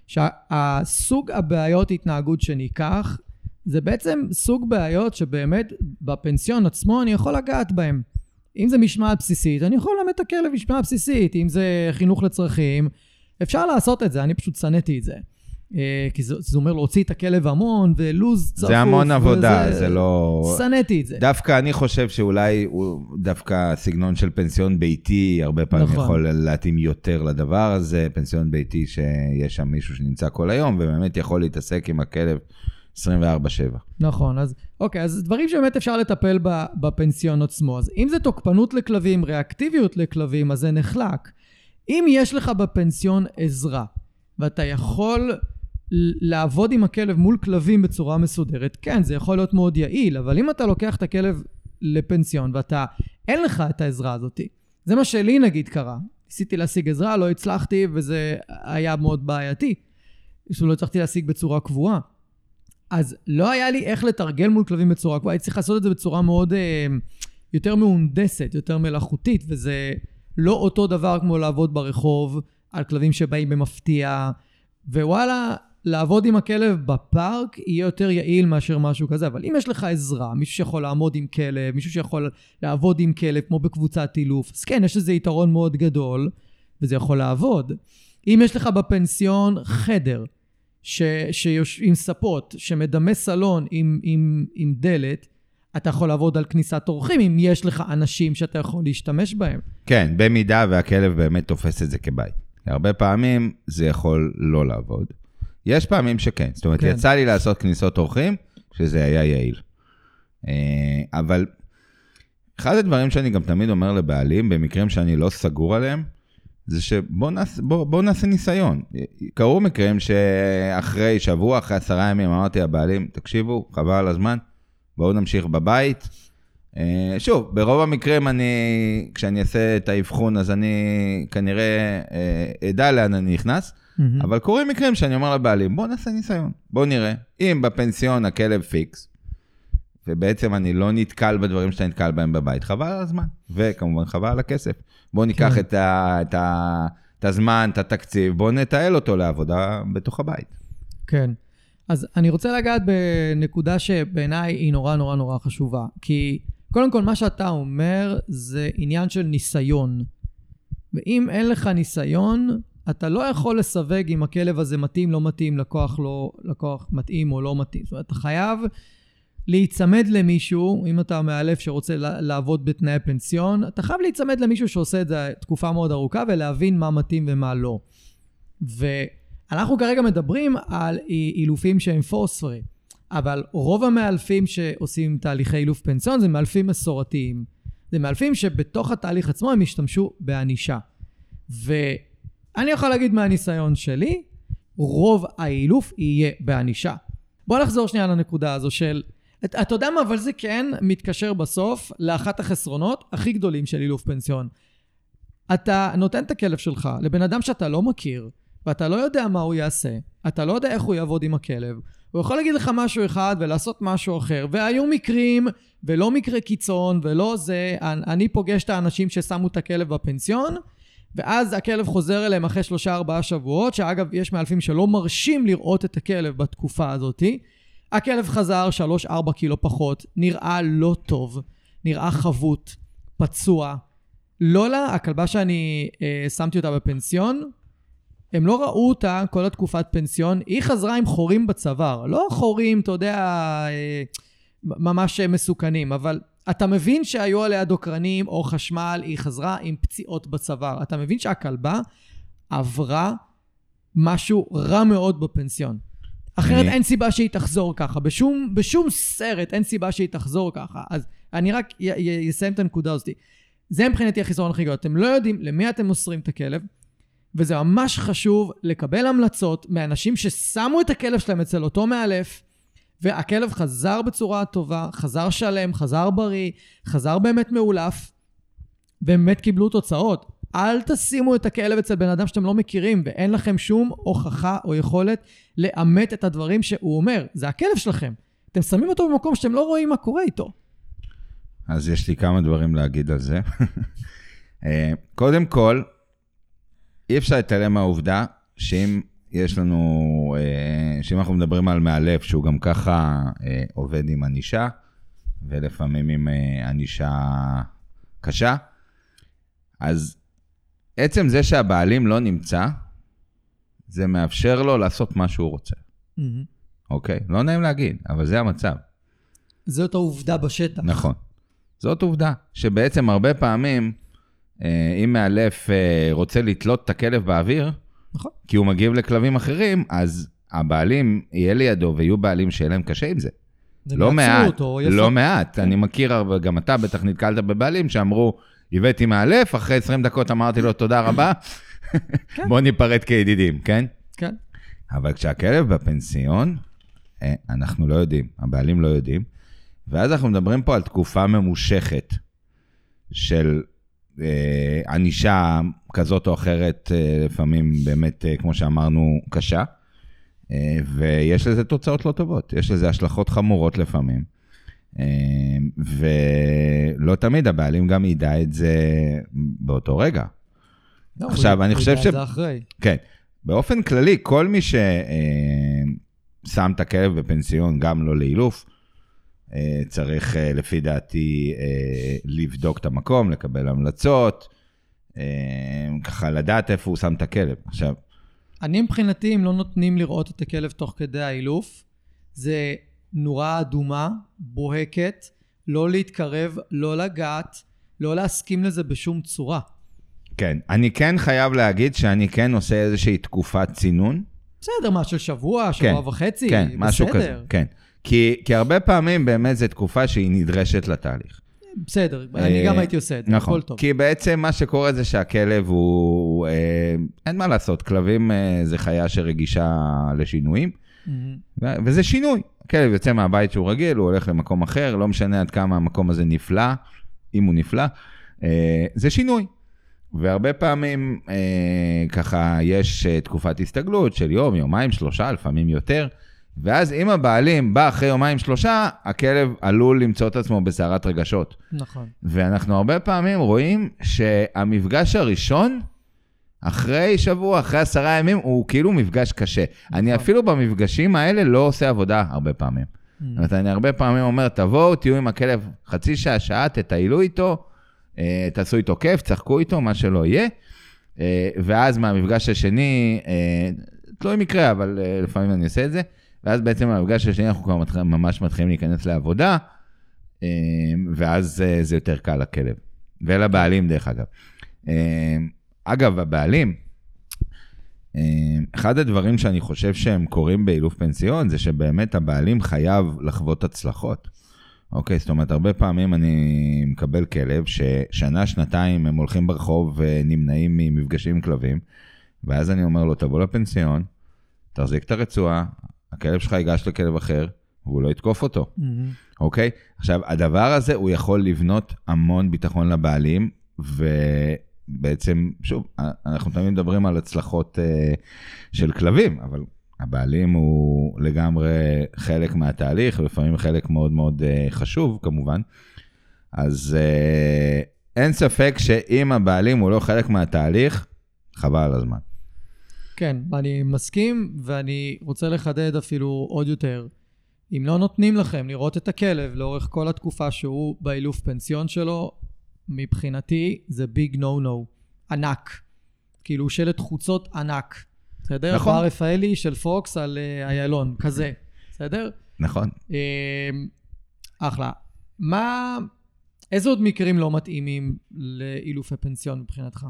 שהסוג הבעיות התנהגות שניקח, זה בעצם סוג בעיות שבאמת בפנסיון עצמו אני יכול לגעת בהם. אם זה משמעת בסיסית, אני יכול ללמד את הכלב משמעת בסיסית, אם זה חינוך לצרכים, אפשר לעשות את זה, אני פשוט שנאתי את זה. כי זה אומר להוציא את הכלב המון, ולוז צפוף. זה המון עבודה, זה לא... שנאתי את זה. דווקא אני חושב שאולי דווקא סגנון של פנסיון ביתי, הרבה פעמים יכול להתאים יותר לדבר הזה, פנסיון ביתי שיש שם מישהו שנמצא כל היום, ובאמת יכול להתעסק עם הכלב 24/7. נכון, אז אוקיי, אז דברים שבאמת אפשר לטפל בפנסיון עצמו. אז אם זה תוקפנות לכלבים, ריאקטיביות לכלבים, אז זה נחלק. אם יש לך בפנסיון עזרה, ואתה יכול לעבוד עם הכלב מול כלבים בצורה מסודרת, כן, זה יכול להיות מאוד יעיל, אבל אם אתה לוקח את הכלב לפנסיון, ואתה, אין לך את העזרה הזאת, זה מה שלי נגיד קרה. ניסיתי להשיג עזרה, לא הצלחתי, וזה היה מאוד בעייתי. שלא הצלחתי להשיג בצורה קבועה. אז לא היה לי איך לתרגל מול כלבים בצורה קבועה, הייתי צריך לעשות את זה בצורה מאוד יותר מהונדסת, יותר מלאכותית, וזה לא אותו דבר כמו לעבוד ברחוב, על כלבים שבאים במפתיע, ווואלה, לעבוד עם הכלב בפארק יהיה יותר יעיל מאשר משהו כזה, אבל אם יש לך עזרה, מישהו שיכול לעמוד עם כלב, מישהו שיכול לעבוד עם כלב כמו בקבוצת אילוף, אז כן, יש איזה יתרון מאוד גדול, וזה יכול לעבוד. אם יש לך בפנסיון חדר, עם ספות, שמדמה סלון עם דלת, אתה יכול לעבוד על כניסת אורחים, אם יש לך אנשים שאתה יכול להשתמש בהם. כן, במידה והכלב באמת תופס את זה כבית. הרבה פעמים זה יכול לא לעבוד. יש פעמים שכן. זאת אומרת, יצא לי לעשות כניסות אורחים, שזה היה יעיל. אבל אחד הדברים שאני גם תמיד אומר לבעלים, במקרים שאני לא סגור עליהם, זה שבוא נעשה ניסיון. קרו מקרים שאחרי שבוע, אחרי 10 ימים, אמרתי הבעלים, תקשיבו, חבל על הזמן, בואו נמשיך בבית. שוב, ברוב המקרים כשאני אעשה את האבחון, אז אני כנראה אדע לאן אני נכנס, אבל קוראים מקרים שאני אומר לבעלים, בואו נעשה ניסיון, בואו נראה. אם בפנסיון הכלב פיקס, ובעצם אני לא נתקל בדברים שאתה נתקל בהם בבית, חבל על הזמן, וכמובן חבל על הכסף. בואו ניקח את הזמן, את התקציב, בואו נתעל אותו לעבודה בתוך הבית. כן. אז אני רוצה לגעת בנקודה שבעיניי היא נורא נורא נורא חשובה. כי קודם כל מה שאתה אומר זה עניין של ניסיון. ואם אין לך ניסיון, אתה לא יכול לסווג אם הכלב הזה מתאים, לא מתאים, לקוח מתאים או לא מתאים. זאת אומרת, אתה חייב להיצמד למישהו, אם אתה מאלף שרוצה לעבוד בתנאי פנסיון, אתה חייב להיצמד למישהו שעושה את זה תקופה מאוד ארוכה, ולהבין מה מתאים ומה לא. ואנחנו כרגע מדברים על אילופים שהם פורספרי, אבל רוב המאלפים שעושים תהליכי אילוף פנסיון, זה מאלפים מסורתיים. זה מאלפים שבתוך התהליך עצמו הם השתמשו באנישה. ואני יכול להגיד מהניסיון שלי, רוב האילוף יהיה באנישה. בוא נחזור שנייה לנקודה הזו של, אתה יודע מה, אבל זה כן מתקשר בסוף לאחת החסרונות הכי גדולים של אילוף פנסיון. אתה נותן את הכלב שלך לבן אדם שאתה לא מכיר, ואתה לא יודע מה הוא יעשה, אתה לא יודע איך הוא יעבוד עם הכלב, הוא יכול להגיד לך משהו אחד ולעשות משהו אחר, והיו מקרים ולא מקרה קיצון ולא זה, אני פוגש את האנשים ששמו את הכלב בפנסיון, ואז הכלב חוזר אליהם אחרי 3-4 שבועות, שאגב יש מאלפים שלא מרשים לראות את הכלב בתקופה הזאת, הכלב חזר 3-4 קילו פחות, נראה לא טוב, נראה חבוט, פצוע. לולה, הכלבה שאני שמתי אותה בפנסיון, הם לא ראו אותה כל התקופת פנסיון, היא חזרה עם חורים בצוואר, לא חורים, אתה יודע, ממש מסוכנים, אבל אתה מבין שהיו עליה דוקרנים או חשמל, היא חזרה עם פציעות בצוואר, אתה מבין שהכלבה עברה משהו רע מאוד בפנסיון. אחרת אין סיבה שהיא תחזור ככה, בשום סרט אין סיבה שהיא תחזור ככה, אז אני רק אסיים את הנקודה הזאת. זה מבחינתי החיסרון הכי גדול, אתם לא יודעים למי אתם מוסרים את הכלב, וזה ממש חשוב לקבל המלצות מאנשים ששמו את הכלב שלהם אצל אותו מאלף, והכלב חזר בצורה טובה, חזר שלם, חזר בריא, חזר באמת מאולף, באמת קיבלו תוצאות. אל תשימו את הכלב אצל בן אדם שאתם לא מכירים, ואין לכם שום הוכחה או יכולת לאמת את הדברים שהוא אומר. זה הכלב שלכם. אתם שמים אותו במקום שאתם לא רואים מה קורה איתו. אז יש לי כמה דברים להגיד על זה. קודם כל, אי אפשר להתעלם מהעובדה שאם יש לנו, שאם אנחנו מדברים על מאלף שהוא גם ככה עובד עם אנישה, ולפעמים עם אנישה קשה, אז עצם זה שהבעלים לא נמצא, זה מאפשר לו לעשות מה שהוא רוצה. אוקיי? לא נעים להגיד, אבל זה המצב. זאת העובדה בשטח. נכון. זאת עובדה, שבעצם הרבה פעמים, אם מאלף רוצה לתלות את הכלב באוויר, נכון. כי הוא מגיב לכלבים אחרים, אז הבעלים יהיה לידו, ויהיו בעלים שיהיה להם קשה עם זה. לא מעט, לא מעט. אני מכיר, וגם אתה בטח נתקלת בבעלים, שאמרו, הבאתי מאלף, אחרי 20 דקות אמרתי לו, תודה רבה, בוא ניפרד כידידים, כן? כן. אבל כשהכלב בפנסיון, אנחנו לא יודעים, הבעלים לא יודעים, ואז אנחנו מדברים פה על תקופה ממושכת של אנישה כזאת או אחרת, לפעמים באמת, כמו שאמרנו, קשה, ויש לזה תוצאות לא טובות, יש לזה השלכות חמורות לפעמים, ולא תמיד הבעלים גם ידע את זה באותו רגע. עכשיו, אני חושב כן, באופן כללי, כל מי ששם את הכלב בפנסיון, גם לא לאילוף, צריך לפי דעתי לבדוק את המקום, לקבל המלצות, ככה לדעת איפה הוא שם את הכלב. עכשיו, אני מבחינתי, אם לא נותנים לראות את הכלב תוך כדי האילוף, זה נורה אדומה, בוהקת, לא להתקרב, לא לגעת, לא להסכים לזה בשום צורה. כן, אני כן חייב להגיד שאני כן עושה איזושהי תקופת צינון. בסדר, מה של שבוע, שבוע וחצי, כן, משהו כזה, כן. כי הרבה פעמים באמת זו תקופה שהיא נדרשת לתהליך. בסדר, אני גם הייתי עושה את זה, נכון, הכל טוב. כי בעצם מה שקורה זה שהכלב הוא, אין מה לעשות, כלבים זה חיה שרגישה לשינויים, וזה שינוי. הכלב יוצא מהבית שהוא רגיל, הוא הולך למקום אחר, לא משנה עד כמה המקום הזה נפלא, אם הוא נפלא, זה שינוי. והרבה פעמים ככה יש תקופת הסתגלות של יום, יומיים, 3, לפעמים יותר, ואז אם הבעלים בא אחרי יומיים 3, הכלב עלול למצוא את עצמו בסערת רגשות. נכון. ואנחנו הרבה פעמים רואים שהמפגש הראשון, אחרי שבוע, אחרי 10 ימים, הוא כאילו מפגש קשה. אני אפילו במפגשים האלה לא עושה עבודה הרבה פעמים. זאת אומרת, אני הרבה פעמים אומר, תבואו, תהיו עם הכלב חצי שעה, שעה, תטיילו איתו, תעשו איתו כיף, צחקו איתו, מה שלא יהיה. ואז מהמפגש השני, תלוי מקרה, אבל לפעמים אני עושה את זה, ואז בעצם מהמפגש השני אנחנו כבר ממש מתחילים להיכנס לעבודה, ואז זה יותר קל לכלב. ולבעלים דרך אגב. אגב, הבעלים, אחד הדברים שאני חושב שהם קוראים באילוף פנסיון, זה שבאמת הבעלים חייב לחוות הצלחות. אוקיי, זאת אומרת, הרבה פעמים אני מקבל כלב, ששנה, שנתיים הם הולכים ברחוב ונמנעים ממפגשים עם כלבים, ואז אני אומר לו, תבוא לפנסיון, תחזיק את הרצועה, הכלב שלך ייגש לכלב אחר, והוא לא יתקוף אותו. אוקיי? עכשיו, הדבר הזה הוא יכול לבנות המון ביטחון לבעלים, ובעצם, שוב, אנחנו תמיד מדברים על הצלחות של כלבים, אבל הבעלים הוא לגמרי חלק מהתהליך, לפעמים חלק מאוד מאוד חשוב, כמובן. אז אין ספק שאם הבעלים הוא לא חלק מהתהליך, חבל על הזמן. כן, אני מסכים, ואני רוצה לחדד אפילו עוד יותר. אם לא נותנים לכם לראות את הכלב לאורך כל התקופה שהוא באילוף פנסיון שלו, מבחינתי זה ביג נו-נו, ענק. כאילו שלט חוצות ענק. בסדר? נכון. בר רפאלי של פוקס על איילון, כזה. בסדר? נכון. אחלה. איזה עוד מקרים לא מתאימים לאילופי פנסיון מבחינתך?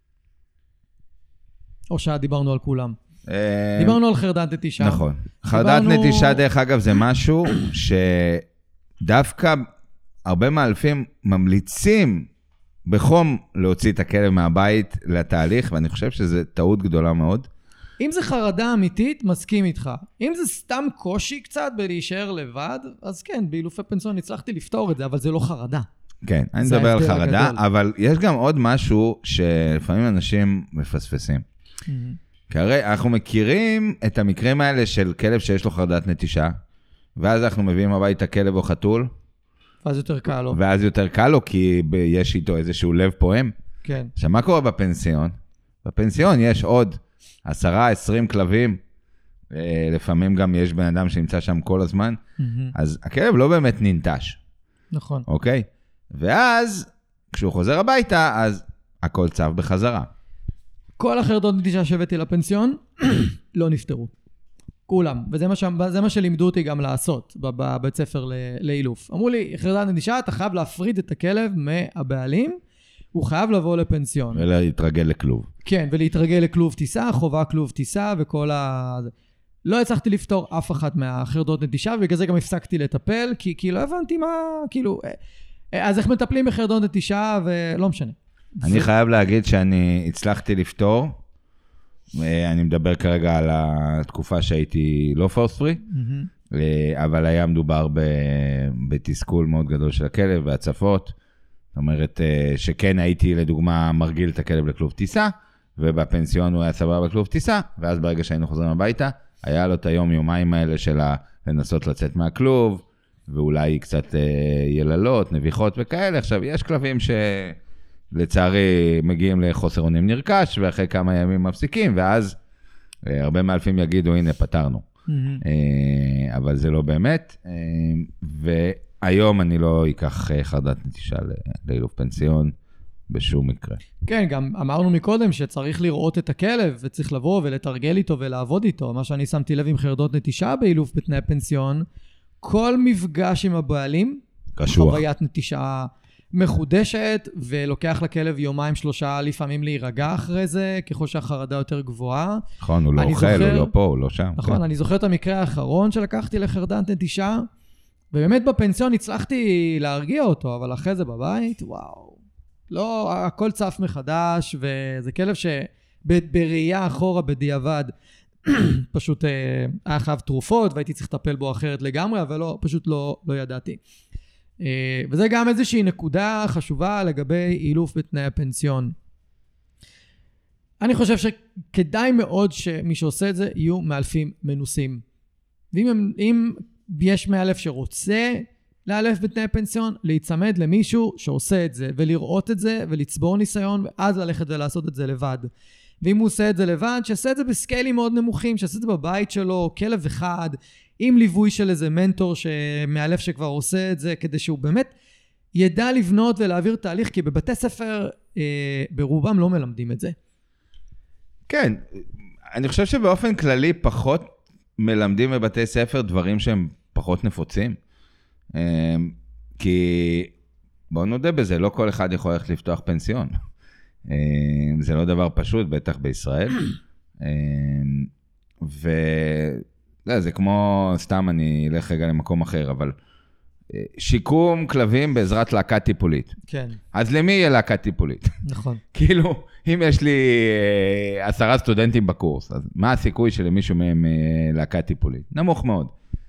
או שדיברנו על כולם. דיברנו על חרדת נטישה. נכון. חרדת נטישה, דרך אגב, זה משהו שדווקא הרבה מאלפים ממליצים בחום להוציא את הכלב מהבית לתהליך, ואני חושב שזה טעות גדולה מאוד. אם זה חרדה אמיתית, מסכים איתך. אם זה סתם קושי קצת בלהישאר לבד, אז כן, באילופי פנסיון הצלחתי לפתור את זה, אבל זה לא חרדה. כן, אני מדבר על חרדה, אבל יש גם עוד משהו שלפעמים אנשים מפספסים. כי הרי אנחנו מכירים את המקרים האלה של כלב שיש לו חרדת נטישה, ואז אנחנו מביאים הביתה כלב או חתול. ואז יותר קל לו. ואז יותר קל לו, כי יש איתו איזשהו לב פועם. כן. עכשיו, מה קורה בפנסיון? בפנסיון יש עוד 10-20 כלבים, לפעמים גם יש בן אדם שנמצא שם כל הזמן, אז הכלב לא באמת ננטש. נכון. אוקיי? ואז, כשהוא חוזר הביתה, אז הכל צף בחזרה. כל החרדות נטישה שהבאתי לפנסיון, לא נפטרו. כולם. וזה מה שלימדו אותי גם לעשות בבית ספר לאילוף. אמרו לי, חרדת נטישה, אתה חייב להפריד את הכלב מהבעלים, הוא חייב לבוא לפנסיון. ולהתרגל לכלוב. כן, ולהתרגל לכלוב טיסה, חובה כלוב טיסה וכל ה... לא הצלחתי לפתור אף אחת מהחרדות נטישה, ובגלל זה גם הפסקתי לטפל, כי לא הבנתי מה, כאילו... אז איך מטפלים בחרדות נטישה, ולא משנה. אני חייב להגיד שאני הצלחתי לפתור, אני מדבר כרגע על התקופה שהייתי לא פורס פרי, אבל היה מדובר בתסכול מאוד גדול של הכלב, והצפות, זאת אומרת שכן הייתי לדוגמה מרגיל את הכלב לכלוב טיסה, ובפנסיון הוא היה סבבה בכלוב טיסה, ואז ברגע שהיינו חוזרים הביתה, היה לו את היום-יומיים האלה של לנסות לצאת מהכלוב, ואולי קצת יללות, נביחות וכאלה. עכשיו, יש כלבים שלצערי מגיעים לחוסר אונים נרכש, ואחרי כמה ימים מפסיקים, ואז הרבה מאלפים יגידו, הנה, פתרנו. אבל זה לא באמת, והיום אני לא אקח חרדת נטישה לאילוף פנסיון, בשום מקרה. כן, גם אמרנו מקודם שצריך לראות את הכלב, וצריך לבוא ולתרגל איתו ולעבוד איתו. מה שאני שמתי לב עם חרדות נטישה באילוף בתנאי פנסיון, כל מפגש עם הבעלים, קשוח. חוויית נטישה מחודשת, ולוקח לכלב 2-3 לפעמים להירגע אחרי זה, ככל שהחרדה יותר גבוהה. נכון, הוא לא אוכל, הוא לא פה, הוא לא שם. נכון, אני זוכר את המקרה האחרון שלקחתי לחרדת נטישה, ובאמת בפנסיון הצלחתי להרגיע אותו, אבל אחרי זה בבית, וואו. לא, הכל צף מחדש, וזה כלב שבראייה אחורה בדיעבד, פשוט היה חייב תרופות, והייתי צריך לטפל בו אחרת לגמרי, אבל לא, פשוט לא ידעתי. וזה גם איזושהי נקודה חשובה לגבי אילוף בתנאי הפנסיון. אני חושב שכדאי מאוד שמי שעושה את זה יהיו מאלפים מנוסים. ואם יש מאלף שרוצה לאלף בתנאי פנסיון, להיצמד למישהו שעושה את זה, ולראות את זה, ולצבור ניסיון, ואז ללכת ולעשות את זה לבד. ואם הוא עושה את זה לבד, שעשה את זה בסקיילים מאוד נמוכים, שעשה את זה בבית שלו, כלב אחד, עם ליווי של איזה מנטור שמאלף שכבר עושה את זה, כדי שהוא באמת ידע לבנות ולהעביר תהליך, כי בבתי ספר ברובם לא מלמדים את זה. כן, אני חושב שבאופן כללי פחות מלמדים בבתי ספר דברים שהם פחות נפוצים. כי בואו נודה בזה, לא כל אחד יכול ללכת לפתוח פנסיון. זה לא דבר פשוט, בטח בישראל. זה כמו, סתם אני אלך רגע למקום אחר, אבל שיקום כלבים בעזרת להקת טיפולית. כן. אז למי יהיה להקת טיפולית? נכון. כאילו, אם יש לי 10 סטודנטים בקורס, אז מה הסיכוי שלמישהו מהם להקת טיפולית? נמוך מאוד.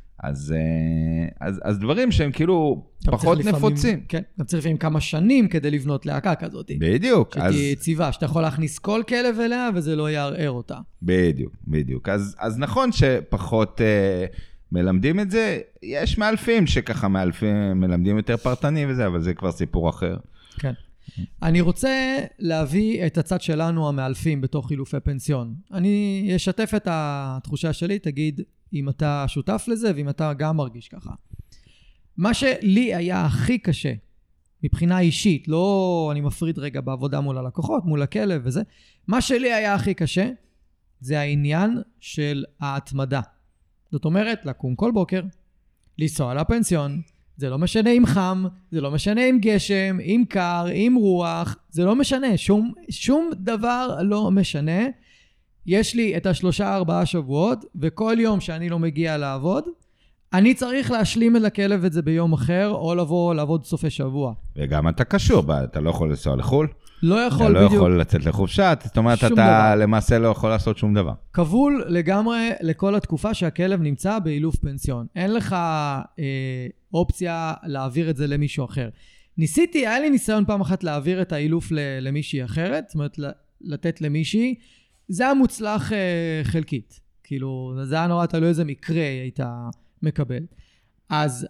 אז דברים שהם כאילו פחות נפוצים. כן, גם צריך לפעמים כמה שנים כדי לבנות להקה כזאת. בדיוק. שתהיה יציבה, שאתה יכול להכניס כל כלב אליה וזה לא יערער אותה. בדיוק. אז נכון שפחות מלמדים את זה, יש מאלפים שככה מלמדים יותר פרטני וזה, אבל זה כבר סיפור אחר. כן. אני רוצה להביא את הצד שלנו המאלפים בתוך חילופי פנסיון. אני אשתף את התחושה שלי, תגיד אם אתה שותף לזה ואם אתה גם מרגיש ככה. מה שלי היה הכי קשה, מבחינה אישית, לא אני מפריד רגע בעבודה מול הלקוחות, מול הכלב וזה, מה שלי היה הכי קשה, זה העניין של ההתמדה. זאת אומרת, לקום כל בוקר, לנסוע לפנסיון, זה לא משנה אם חם, זה לא משנה אם גשם, אם קר, אם רוח, זה לא משנה, שום דבר לא משנה. יש לי את 3-4 שבועות, וכל יום שאני לא מגיע לעבוד, אני צריך להשלים את הכלב את זה ביום אחר, או לבוא לעבוד סופי שבוע. וגם אתה קשור, אתה לא יכול לנסוע לחול. לא יכול בדיוק. אתה בדיוק. לא יכול לצאת לחופשה, זאת אומרת, אתה דבר. למעשה לא יכול לעשות שום דבר. כבול לגמרי לכל התקופה שהכלב נמצא באילוף פנסיון. אין לך אופציה להעביר את זה למישהו אחר. היה לי ניסיון פעם אחת להעביר את האילוף למישהי אחרת, זאת אומרת, לתת למישהי, זה היה מוצלח חלקית. כאילו, זה היה נורא תלוי איזה מקרה היית מקבל. אז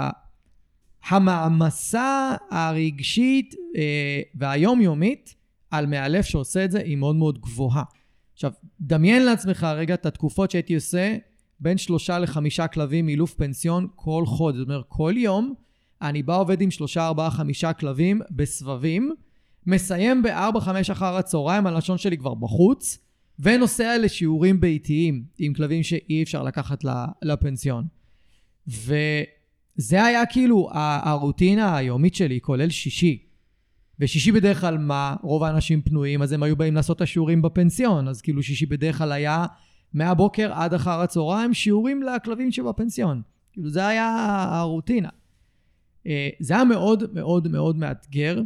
המעמסה הרגשית והיומיומית על מאלף שעושה את זה היא מאוד מאוד גבוהה. עכשיו, דמיין לעצמך רגע את התקופות שהייתי עושה בין 3 ל5 כלבים מאילוף פנסיון כל חודש. זאת אומרת, כל יום אני בא עובד עם 3, 4, 5 כלבים בסבבים, מסיים ב-4-5 אחר הצהריים, הלשון שלי כבר בחוץ, ונוסע לשיעורים ביתיים עם כלבים שאי אפשר לקחת לפנסיון. וזה היה כאילו הרוטינה היומית שלי, כולל שישי. ושישי בדרך כלל מה? רוב האנשים פנויים, אז הם היו באים לעשות את השיעורים בפנסיון, אז כאילו שישי בדרך כלל היה מהבוקר עד אחר הצהריים שיעורים לכלבים שבפנסיון. כאילו זה היה הרוטינה. זה היה מאוד מאוד מאוד מאתגר,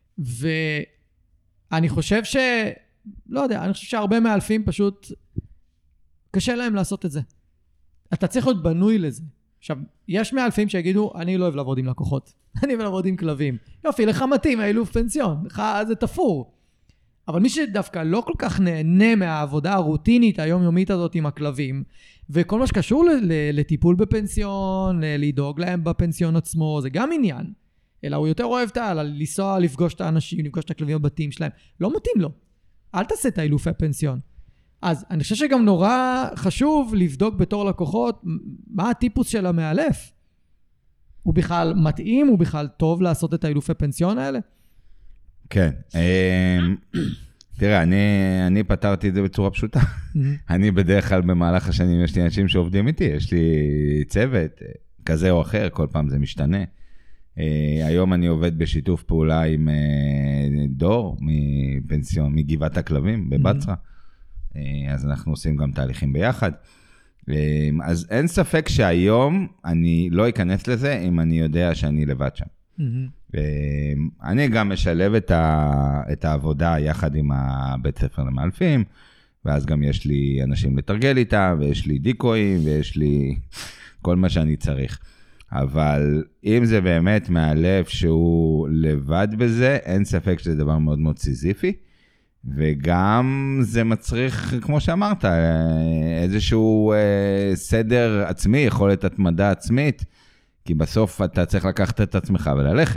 ואני חושב לא יודע, אני חושב שהרבה מאלפים פשוט קשה להם לעשות את זה. אתה צריך להיות בנוי לזה. עכשיו, יש מאלפים שיגידו, אני לא אוהב לעבוד עם לקוחות, אני אוהב לעבוד עם כלבים. יופי, לך מתאים, האילוף פנסיון, לך זה תפור. אבל מי שדווקא לא כל כך נהנה מהעבודה הרוטינית היומיומית הזאת עם הכלבים, וכל מה שקשור לטיפול בפנסיון, לדאוג להם בפנסיון עצמו, זה גם עניין. אלא הוא יותר אוהב לנסוע, לפגוש את האנשים, לפגוש את הכלבים בבתים שלהם. לא מתאים לו. אל תעשה את האילופי פנסיון. אז אני חושב שגם נורא חשוב לבדוק בתור לקוחות מה הטיפוס של המאלף. הוא בכלל מתאים, הוא בכלל טוב לעשות את האילופי פנסיון האלה? כן. תראה, אני פתרתי את זה בצורה פשוטה. אני בדרך כלל במהלך השנים יש לי אנשים שעובדים איתי, יש לי צוות כזה או אחר, כל פעם זה משתנה. היום אני עובד בשיתוף פעולה עם דור מפנסיון, מגבעת הכלבים בבצרה. אז אנחנו עושים גם תהליכים ביחד. אז אין ספק שהיום אני לא אכנס לזה אם אני יודע שאני לבד שם. אני גם משלב את העבודה יחד עם הבית ספר למאלפים, ואז גם יש לי אנשים לתרגל איתה, ויש לי דיקויים, ויש לי כל מה שאני צריך. אבל אם זה באמת מאלף שהוא לבד בזה, אין ספק שזה דבר מאוד מאוד סיזיפי, וגם זה מצריך, כמו שאמרת, איזשהו סדר עצמי, יכולת התמדה עצמית, כי בסוף אתה צריך לקחת את עצמך וללכת.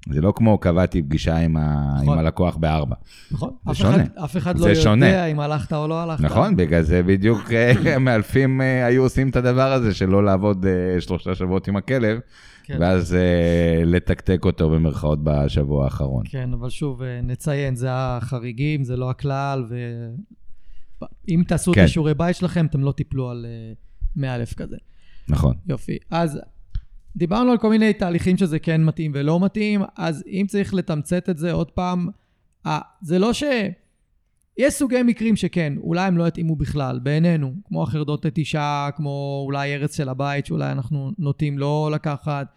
זה לא כמו קבעתי פגישה עם הלקוח ב-4. נכון. זה שונה. אף אחד לא יודע אם הלכת או לא הלכת. נכון, בגלל זה בדיוק המאלפים היו עושים את הדבר הזה, שלא לעבוד 3 שבועות עם הכלב, ואז לתקתק אותו במרכאות בשבוע האחרון. כן, אבל שוב, נציין, זה החריגים, זה לא הכלל, ואם תעשו את השיעורי בית שלכם, אתם לא תיפלו על 100,000 כזה. נכון. יופי. אז דיברנו על כל מיני תהליכים שזה כן מתאים ולא מתאים, אז אם צריך לתמצת את זה עוד פעם, זה לא יש סוגי מקרים שכן, אולי הם לא יתאימו בכלל, בעינינו, כמו החרדות נטישה, כמו אולי ארץ של הבית, שאולי אנחנו נוטים לא לקחת,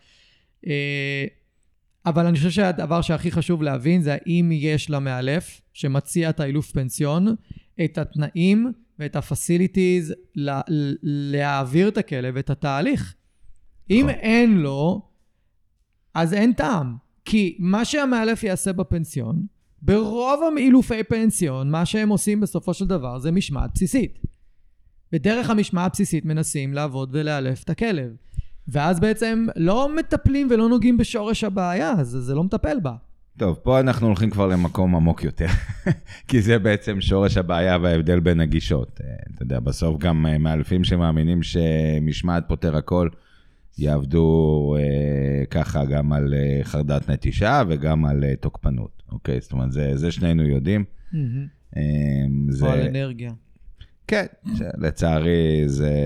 אבל אני חושב שהדבר שהכי חשוב להבין, זה האם יש למאלף, שמציע את האילוף פנסיון, את התנאים ואת הפסיליטיז, להעביר את הכלב, את התהליך. אם אין לו, אז אין טעם. כי מה שהמאלף יעשה בפנסיון, ברוב האילופי פנסיון, מה שהם עושים בסופו של דבר, זה משמעת בסיסית. בדרך המשמעת הבסיסית מנסים לעבוד ולאלף את הכלב. ואז בעצם לא מטפלים ולא נוגעים בשורש הבעיה, אז זה לא מטפל בה. טוב, פה אנחנו הולכים כבר למקום עמוק יותר, כי זה בעצם שורש הבעיה וההבדל בין הגישות. אתה יודע, בסוף גם מאלפים שמאמינים שמשמעת פותר הכל, יעבדו ככה גם על חרדת נטישה וגם על תוקפנות. אוקיי, זאת אומרת, זה שנינו יודעים. או על אנרגיה. כן, לצערי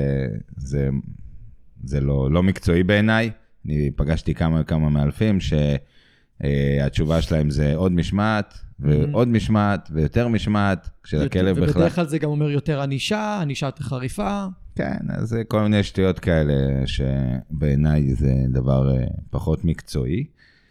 זה לא מקצועי בעיניי. אני פגשתי כמה מאלפים שהתשובה שלהם זה עוד משמעת, ועוד משמעת, ויותר משמעת, כשהכלב בכלל... ובדרך כלל זה גם אומר יותר ענישה חריפה. כן, אז כל מיני שטויות כאלה, שבעיניי זה דבר פחות מקצועי.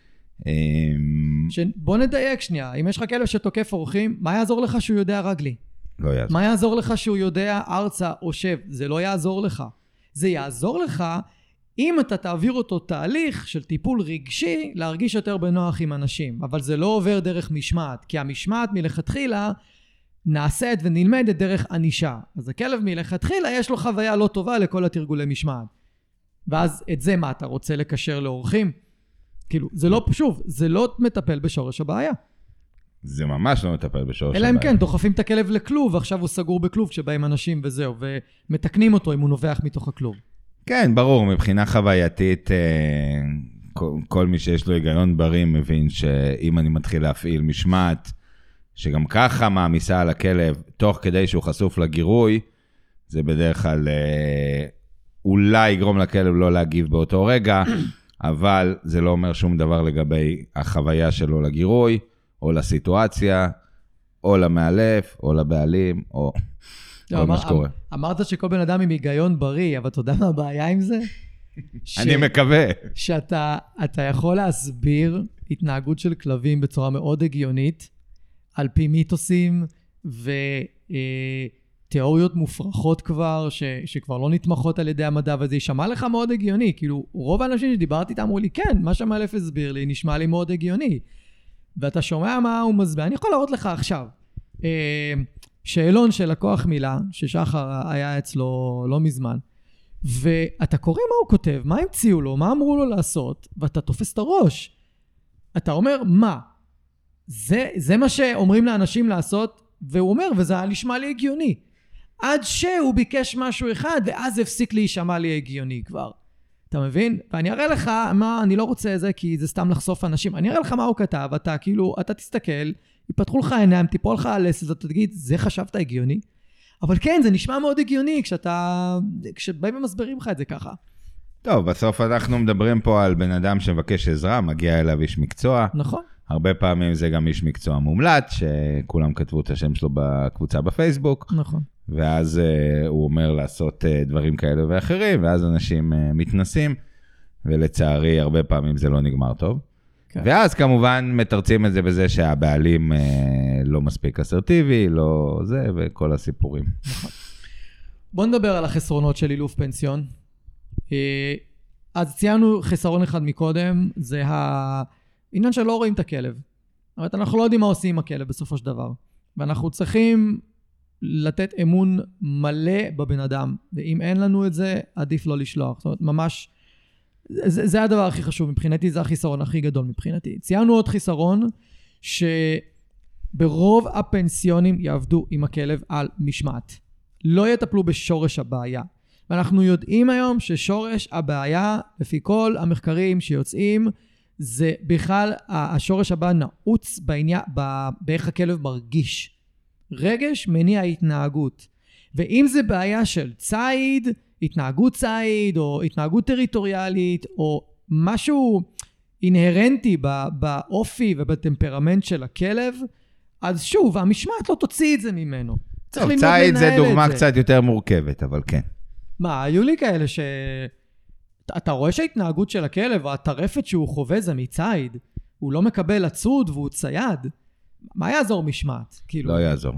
בוא נדייק שנייה, אם יש לך כלב שתוקף אורחים, מה יעזור לך שהוא יודע רגלי? לא יעזור. מה יעזור לך שהוא יודע ארצה או שב? זה לא יעזור לך. זה יעזור לך אם אתה תעביר אותו תהליך של טיפול רגשי, להרגיש יותר בנוח עם אנשים. אבל זה לא עובר דרך משמעת, כי המשמעת מלכתחילה נעשית ונלמדת דרך ענישה. אז הכלב מלכתחילה יש לו חוויה לא טובה לכל התרגולי משמעת. ואז את זה מה אתה רוצה לקשר לאורחים? כאילו, זה לא, שוב, זה לא מטפל בשורש הבעיה. זה ממש לא מטפל בשורש הבעיה. אלא אם כן, דוחפים את הכלב לכלוב, ועכשיו הוא סגור בכלוב כשבאים אנשים וזהו, ומתקנים אותו אם הוא נובח מתוך הכלוב. כן, ברור, מבחינה חווייתית, כל מי שיש לו היגיון בריא מבין שאם אני מתחיל להפעיל משמעת, שגם ככה מעמיסה על הכלב, תוך כדי שהוא חשוף לגירוי, זה בדרך כלל אולי יגרום לכלב לא להגיב באותו רגע, אבל זה לא אומר שום דבר לגבי החוויה שלו לגירוי, או לסיטואציה, או למאלף, או לבעלים, או כל מה שקורה. אמרת שכל בן אדם עם היגיון בריא, אבל אתה יודע מה הבעיה עם זה? אני מקווה. שאתה יכול להסביר התנהגות של כלבים בצורה מאוד הגיונית, על פי מיתוסים ותיאוריות מופרכות כבר, שכבר לא נתמכות על ידי המדע, וזה יישמע לך מאוד הגיוני. כאילו, רוב האנשים שדיברתי איתם אמרו לי, כן, מה שהמאלף הסביר לי נשמע לי מאוד הגיוני. ואתה שומע מה הוא מסביר. אני יכול להראות לך עכשיו. שאלון של לקוח מילה, ששחר היה אצלו לא מזמן, ואתה קורא מה הוא כותב, מה המציאו לו, מה אמרו לו לעשות, ואתה תופס את הראש. אתה אומר, מה? זה מה שאומרים לאנשים לעשות, והוא אומר, וזה נשמע לי הגיוני. עד שהוא ביקש משהו אחד, ואז הפסיק להישמע לי הגיוני כבר. אתה מבין? ואני אראה לך מה, אני לא רוצה זה, כי זה סתם לחשוף אנשים. אני אראה לך מה הוא כתב, אתה כאילו, אתה תסתכל, יפתחו לך עיניים, תיפול לך על לסת, ואתה תגיד, זה חשבת הגיוני? אבל כן, זה נשמע מאוד הגיוני, כשבאים ומסברים לך את זה ככה. טוב, בסוף אנחנו מדברים פה על בן אדם שמבקש עזרה, מגיע אליו איש מקצוע. נכון. הרבה פעמים זה גם איש מקצוע מומלץ, שכולם כתבו את השם שלו בקבוצה בפייסבוק. נכון. ואז הוא אומר לעשות דברים כאלה ואחרים, ואז אנשים מתנסים, ולצערי הרבה פעמים זה לא נגמר טוב. כן. ואז כמובן מתרצים את זה בזה שהבעלים לא מספיק אסרטיבי, לא זה, וכל הסיפורים. נכון. בוא נדבר על החסרונות של אילוף פנסיון. אז ציינו חסרון אחד מקודם, זה העניין שלא רואים את הכלב. אבל אנחנו לא יודעים מה עושים עם הכלב בסופו של דבר. ואנחנו צריכים לתת אמון מלא בבן אדם. ואם אין לנו את זה, עדיף לא לשלוח. זאת אומרת, ממש זה הדבר הכי חשוב מבחינתי, זה החיסרון הכי גדול מבחינתי. ציינו עוד חיסרון, שברוב הפנסיונים יעבדו עם הכלב על משמעת. לא יטפלו בשורש הבעיה. ואנחנו יודעים היום ששורש הבעיה, לפי כל המחקרים שיוצאים, זה בכלל השורש הבא נעוץ באיך הכלב מרגיש. רגש מניע התנהגות. ואם זה בעיה של ציד, התנהגות ציד, או התנהגות טריטוריאלית, או משהו אינהרנטי באופי ובטמפרמנט של הכלב, אז שוב, המשמעת לא תוציא את זה ממנו. טוב, ציד זה דוגמה קצת יותר מורכבת, אבל כן. מה, היו לי כאלה אתה רואה שההתנהגות של הכלב, הטרפת שהוא חווה זה מצייד, הוא לא מקבל עצוד והוא צייד. מה יעזור משמעת? לא יעזור.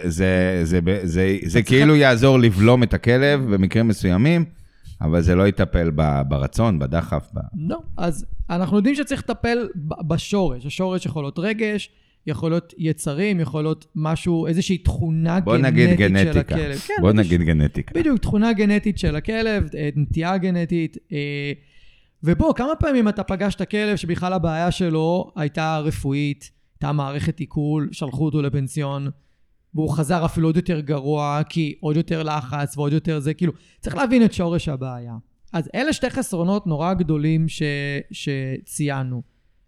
זה כאילו יעזור לבלום את הכלב במקרים מסוימים, אבל זה לא יטפל ברצון, בדחף. לא, אז אנחנו יודעים שצריך לטפל בשורש. השורש יכול להיות רגש, יכול להיות יצרים, יכול להיות משהו, איזושהי תכונה גנטית של הכלב. בוא נגיד גנטיקה. בדיוק, תכונה גנטית של הכלב, נטייה גנטית. ובוא, כמה פעמים אתה פגש את הכלב שבכלל הבעיה שלו הייתה רפואית, הייתה מערכת עיכול, שלחו אותו לפנסיון, והוא חזר אפילו עוד יותר גרוע, כי עוד יותר לחץ ועוד יותר זה, כאילו, צריך להבין את שורש הבעיה. אז אלה שתי חסרונות נורא גדולים שציינו.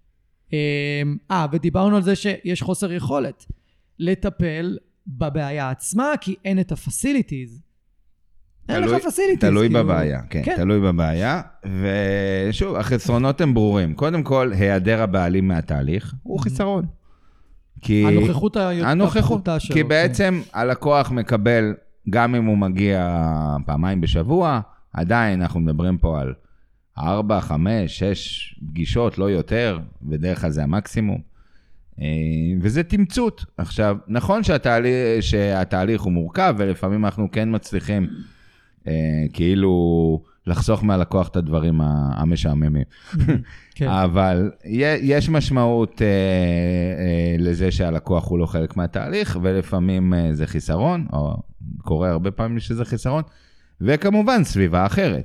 ודיברנו על זה שיש חוסר יכולת לטפל בבעיה עצמה, כי אין את הפסיליטיז. אין לך פסיליטיז. תלוי בבעיה, כן, תלוי בבעיה. ושוב, החסרונות הם ברורים. קודם כל, היעדר הבעלים מהתהליך הוא חיסרון. הנוכחות שלו. כי בעצם הלקוח מקבל, גם אם הוא מגיע פעמיים בשבוע, עדיין אנחנו מדברים פה על 4, 5, 6 פגישות, לא יותר, בדרך כלל זה המקסימום. וזה תמצות. עכשיו, נכון שהתהליך הוא מורכב, ולפעמים אנחנו כן מצליחים כאילו לחסוך מהלקוח את הדברים המשעממים. אבל יש משמעות לזה שהלקוח הוא לא חלק מהתהליך, ולפעמים זה חיסרון, או קורה הרבה פעמים שזה חיסרון, וכמובן סביבה אחרת.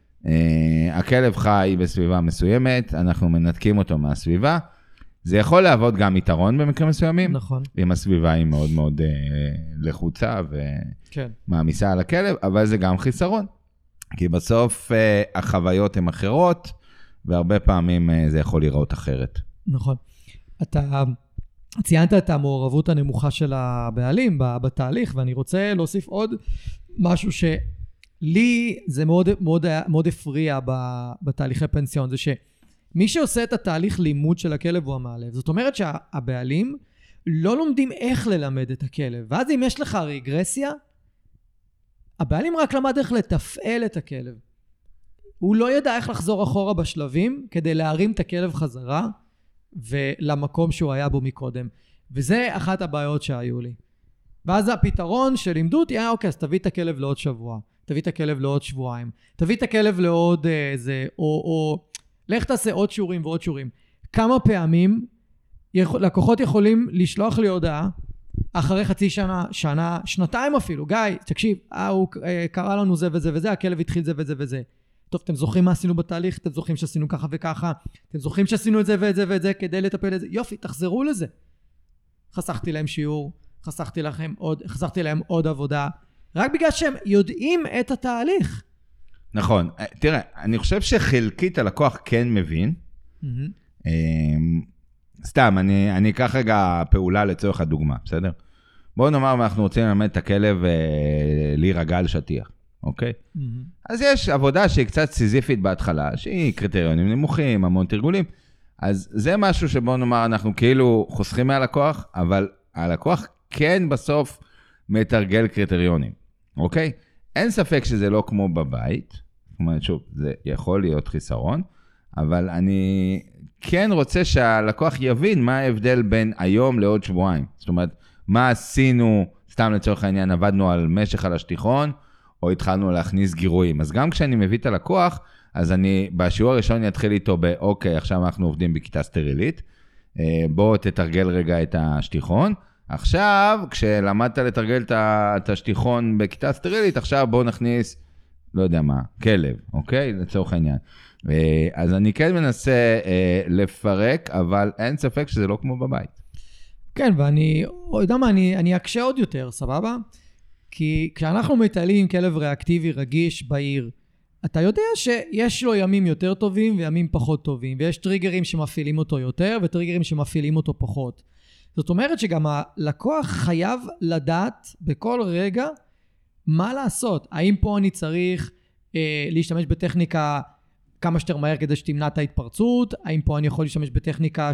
הכלב חי בסביבה מסוימת, אנחנו מנתקים אותו מהסביבה, זה יכול לעבוד גם יתרון במקרים מסוימים, נכון. אם הסביבה היא מאוד מאוד לחוצה ומעמיסה על הכלב, אבל זה גם חיסרון, כי בסוף החוויות הן אחרות, והרבה פעמים זה יכול לראות אחרת. נכון. אתה ציינת את המעורבות הנמוכה של הבעלים בתהליך, ואני רוצה להוסיף עוד משהו לי זה מאוד הפריע בתהליכי פנסיון, זה שמי שעושה את התהליך לימוד של הכלב הוא המעלב. זאת אומרת שהבעלים לא לומדים איך ללמד את הכלב. ואז אם יש לך רגרסיה, הבעלים רק למד איך לתפעל את הכלב. הוא לא ידע איך לחזור אחורה בשלבים כדי להרים את הכלב חזרה ולמקום שהוא היה בו מקודם. וזה אחת הבעיות שהיו לי. ואז הפתרון שלימדו אותי, אוקיי, אז תביא את הכלב לעוד שבוע. תביא את הכלב לעוד שבועיים, תביא את הכלב לעוד איזה, או לך תעשה עוד שיעורים ועוד שיעורים. כמה פעמים לקוחות יכולים לשלוח לי הודעה, אחרי חצי שנה, שנה, שנתיים אפילו, גיא, תקשיב, הוא קרא לנו זה וזה וזה, הכלב התחיל זה וזה וזה. טוב, אתם זוכרים מה עשינו בתהליך? אתם זוכרים שעשינו ככה וככה? אתם זוכרים שעשינו את זה ואת זה ואת זה כדי לטפל את זה? יופי, תחזרו לזה. חסכתי להם שיעור, חסכתי להם עוד עבודה, רק בגלל שהם יודעים את התהליך. נכון. תראה, אני חושב שחלקית הלקוח כן מבין. סתם, אני אקח רגע פעולה לצורך הדוגמה, בסדר? בואו נאמר, אנחנו רוצים ללמד את הכלב להירגע על שטיח, אוקיי? אז יש עבודה שהיא קצת סיזיפית בהתחלה, שהיא קריטריונים נמוכים, המון תרגולים. אז זה משהו שבואו נאמר, אנחנו כאילו חוסכים מהלקוח, אבל הלקוח כן בסוף מתרגל קריטריונים, אוקיי? אין ספק שזה לא כמו בבית, זאת אומרת, שוב, זה יכול להיות חיסרון, אבל אני כן רוצה שהלקוח יבין מה ההבדל בין היום לעוד שבועיים. זאת אומרת, מה עשינו, סתם לצורך העניין, עבדנו על משך על השטיחון, או התחלנו להכניס גירויים. אז גם כשאני מביא את הלקוח, אז אני בשיעור הראשון אתחיל איתו אוקיי, עכשיו אנחנו עובדים בכיתה סטרילית, בואו תתרגל רגע את השטיחון, עכשיו, כשלמדת לתרגל את השטיחון בכיתה סטרילית, עכשיו בואו נכניס לא יודע מה, כלב, אוקיי? לצורך העניין. אז אני כן מנסה לפרק, אבל אין ספק שזה לא כמו בבית. כן, ואני, יודע מה, אני אקשה עוד יותר, סבבה? כי כשאנחנו מטיילים עם כלב ריאקטיבי רגיש בעיר, אתה יודע שיש לו ימים יותר טובים וימים פחות טובים, ויש טריגרים שמפעילים אותו יותר וטריגרים שמפעילים אותו פחות. זאת אומרת שגם הלקוח חייב לדעת בכל רגע מה לעשות. האם פה אני צריך להשתמש בטכניקה כמה שיותר מהר כדי שתמנע את ההתפרצות? האם פה אני יכול להשתמש בטכניקה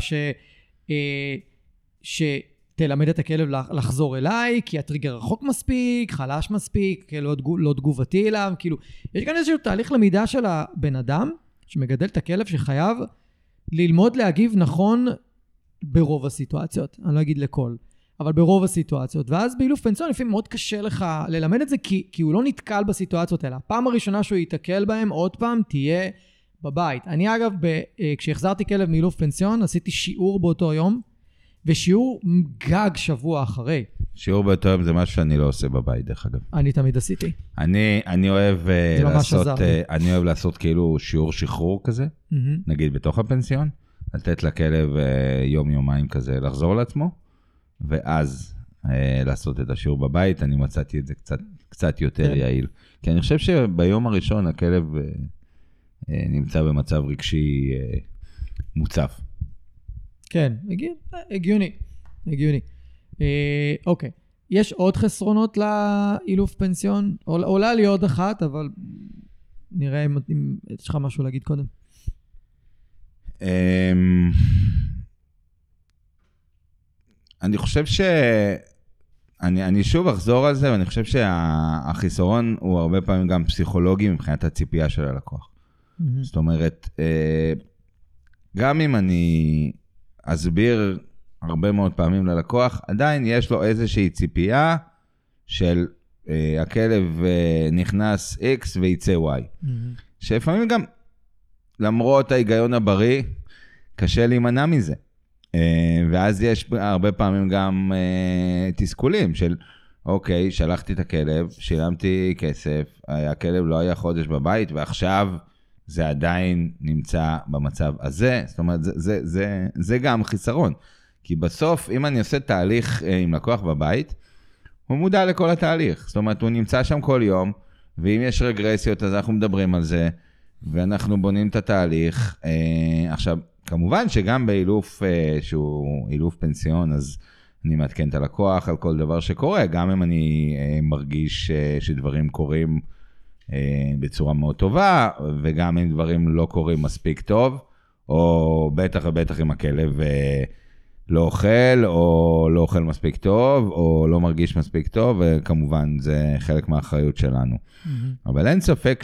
שתלמד את הכלב לחזור אליי, כי הטריגר רחוק מספיק, חלש מספיק, לא תגובתי אליו, כאילו, יש כאן איזשהו תהליך למידה של הבן אדם, שמגדל את הכלב שחייב ללמוד להגיב נכון ברוב הסיטואציות, אני לא אגיד לכל, אבל ברוב הסיטואציות, ואז באילוף פנסיון לפעמים מאוד קשה לך ללמד את זה, כי הוא לא נתקל בסיטואציות האלה. הפעם הראשונה שהוא יתקל בהם, עוד פעם, תהיה בבית. אני אגב, כשהחזרתי כלב מאילוף פנסיון, עשיתי שיעור באותו יום, ושיעור גג שבוע אחרי. שיעור באותו יום זה משהו שאני לא עושה בבית, דרך אגב. אני תמיד עשיתי. אני אוהב לעשות כאילו שיעור שחרור כזה, נגיד בתוך הפנסיון, לתת לכלב יום-יומיים כזה לחזור לעצמו, ואז לעשות את השיעור בבית. אני מצאתי את זה קצת יותר יעיל. כי אני חושב שביום הראשון הכלב נמצא במצב רגשי מוצף. כן, הגיוני. אוקיי. יש עוד חסרונות לאילוף פנסיון? עולה לי עוד אחת, אבל נראה אם יש לך משהו להגיד קודם. אני חושב אני שוב אחזור על זה, ואני חושב שהחיסרון הוא הרבה פעמים גם פסיכולוגי מבחינת הציפייה של הלקוח. זאת אומרת, גם אם אני אסביר הרבה מאוד פעמים ללקוח, עדיין יש לו איזושהי ציפייה של הכלב נכנס X וייצא Y. שלפעמים גם, למרות ההיגיון הבריא, קשה להימנע מזה. ואז יש הרבה פעמים גם תסכולים של, אוקיי, שלחתי את הכלב, שילמתי כסף, הכלב לא היה חודש בבית, ועכשיו זה עדיין נמצא במצב הזה. זאת אומרת, זה גם חיסרון. כי בסוף, אם אני עושה תהליך עם לקוח בבית, הוא מודע לכל התהליך. זאת אומרת, הוא נמצא שם כל יום, ואם יש רגרסיות, אז אנחנו מדברים על זה, ואנחנו בונים את התהליך. עכשיו, כמובן שגם באילוף שהוא אילוף פנסיון, אז אני מעדכן את הלקוח על כל דבר שקורה, גם אם אני מרגיש שדברים קורים בצורה מאוד טובה, וגם אם דברים לא קורים מספיק טוב, או בטח ובטח אם הכלב לא אוכל, או לא אוכל מספיק טוב, או לא מרגיש מספיק טוב, וכמובן זה חלק מהאחריות שלנו. אבל אין ספק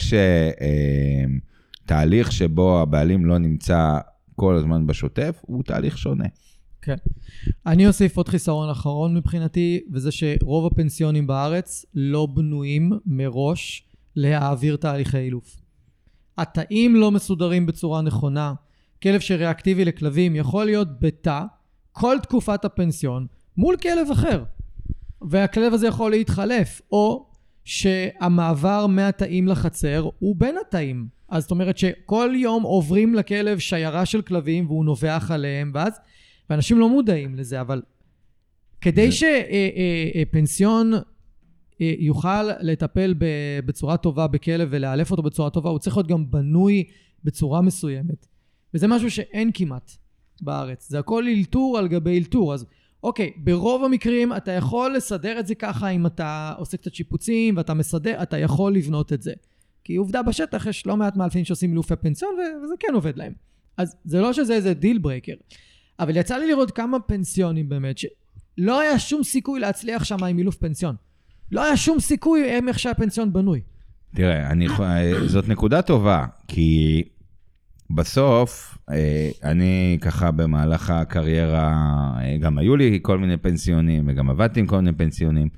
שתהליך שבו הבעלים לא נמצא כל הזמן בשוטף, הוא תהליך שונה. כן. אני אוסיף עוד חיסרון אחרון מבחינתי, וזה שרוב הפנסיונים בארץ לא בנויים מראש להעביר תהליכי אילוף. התאים לא מסודרים בצורה נכונה. כלב שריאקטיבי לכלבים יכול להיות בתא כל תקופת הפנסיון מול כלב אחר. והכלב הזה יכול להתחלף, או שהמעבר מהתאים לחצר הוא בין התאים. אז זאת אומרת שכל יום עוברים לכלב שיירה של כלבים והוא נובח עליהם, ואנשים לא מודעים לזה, אבל כדי שפנסיון יוכל לטפל בצורה טובה בכלב ולאלף אותו בצורה טובה, הוא צריך להיות גם בנוי בצורה מסוימת. וזה משהו שאין כמעט בארץ. זה הכל אילתור על גבי אילתור. אז אוקיי, ברוב המקרים אתה יכול לסדר את זה ככה, אם אתה עושה קצת שיפוצים ואתה מסדר, אתה יכול לבנות את זה. כי עובדה בשטח יש לא מעט מאלפים שעושים אילופי פנסיון, וזה כן עובד להם. אז זה לא שזה איזה דיל ברייקר. אבל יצא לי לראות כמה פנסיונים באמת, שלא היה שום סיכוי להצליח שם עם אילוף פנסיון. לא היה שום סיכוי איך שהפנסיון בנוי. תראה, זאת נקודה טובה, כי בסוף, אני ככה במהלך הקריירה, גם היו לי כל מיני פנסיונים, וגם עבדתי עם כל מיני פנסיונים,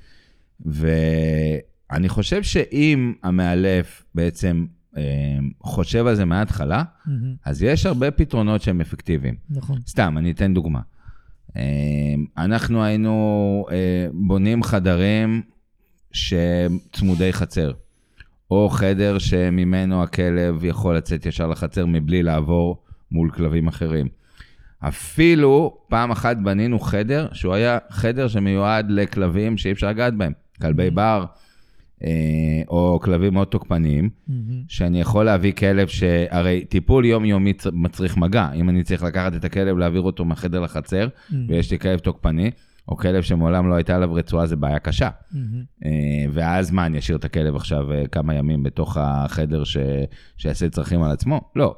ואני חושב שאם המאלף בעצם חושב על זה מההתחלה, אז יש הרבה פתרונות שהם אפקטיביים. נכון. סתם, אני אתן דוגמה. אנחנו היינו בונים חדרים שצמודי חצר, או חדר שממנו הכלב יכול לצאת ישר לחצר מבלי לעבור מול כלבים אחרים. אפילו פעם אחת בנינו חדר, שהוא היה חדר שמיועד לכלבים שאי אפשר לגעת בהם, כלבי בר, או כלבים מאוד תוקפניים, שאני יכול להביא כלב שהרי טיפול יומיומי מצריך מגע, אם אני צריך לקחת את הכלב, להעביר אותו מהחדר לחצר, ויש לי כלב תוקפני, או כלב שמעולם לא הייתה עליו רצועה, זה בעיה קשה. ואז מה, אני אשאיר את הכלב עכשיו כמה ימים בתוך החדר שיעשה צרכים על עצמו? לא.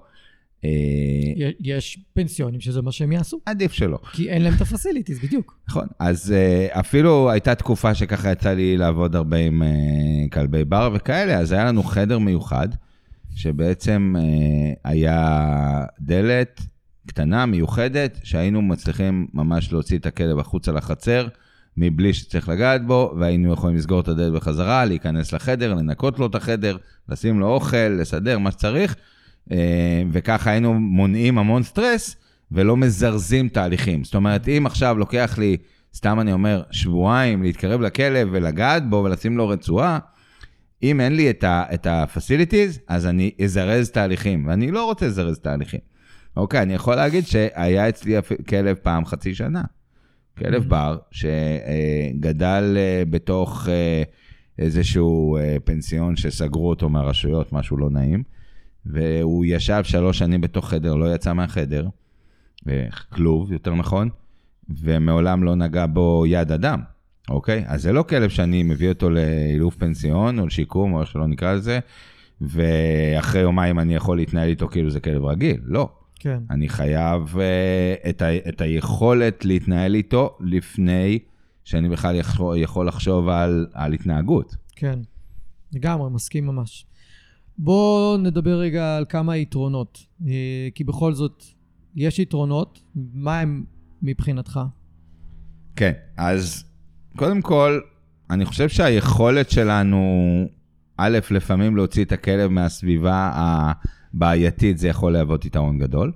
יש פנסיונים שזה מה שהם יעשו. עדיף שלא. כי אין להם את הפסיליטיז, בדיוק. נכון. אז אפילו הייתה תקופה שככה יצא לי לעבוד הרבה עם כלבי בר וכאלה, אז היה לנו חדר מיוחד, שבעצם היה דלת קטנה, מיוחדת, שהיינו מצליחים ממש להוציא את הכלב החוצה לחצר, מבלי שצריך לגעת בו, והיינו יכולים לסגור את הדלת בחזרה, להיכנס לחדר, לנקות לו את החדר, לשים לו אוכל, לסדר מה שצריך, וככה היינו מונעים המון סטרס, ולא מזרזים תהליכים. זאת אומרת, אם עכשיו לוקח לי, סתם אני אומר, שבועיים להתקרב לכלב ולגעת בו ולשים לו רצועה, אם אין לי את ה-facilities, אז אני אזרז תהליכים, ואני לא רוצה לזרז תהליכים. אוקיי, אני יכול להגיד שהיה אצלי כלב פעם חצי שנה. כלב בר שגדל בתוך איזשהו פנסיון שסגרו אותו מהרשויות, משהו לא נעים, והוא ישב 3 שנים בתוך חדר, לא יצא מהחדר, כלוב, יותר נכון, ומעולם לא נגע בו יד אדם, אוקיי? אז זה לא כלב שאני מביא אותו לאילוף פנסיון, או לשיקום, או איך שלא נקרא לזה, ואחרי יומיים אני יכול להתנהל איתו כאילו זה כלב רגיל, לא. כן. אני חייב את היכולת להתנהל איתו לפני שאני בכלל יכול לחשוב על התנהגות. כן, לגמרי, מסכים ממש. בוא נדבר רגע על כמה יתרונות, כי בכל זאת יש יתרונות, מה הם מבחינתך? כן, אז קודם כל, אני חושב שהיכולת שלנו, א', לפעמים להוציא את הכלב מהסביבה הבעייתית, זה יכול להוות יתרון גדול.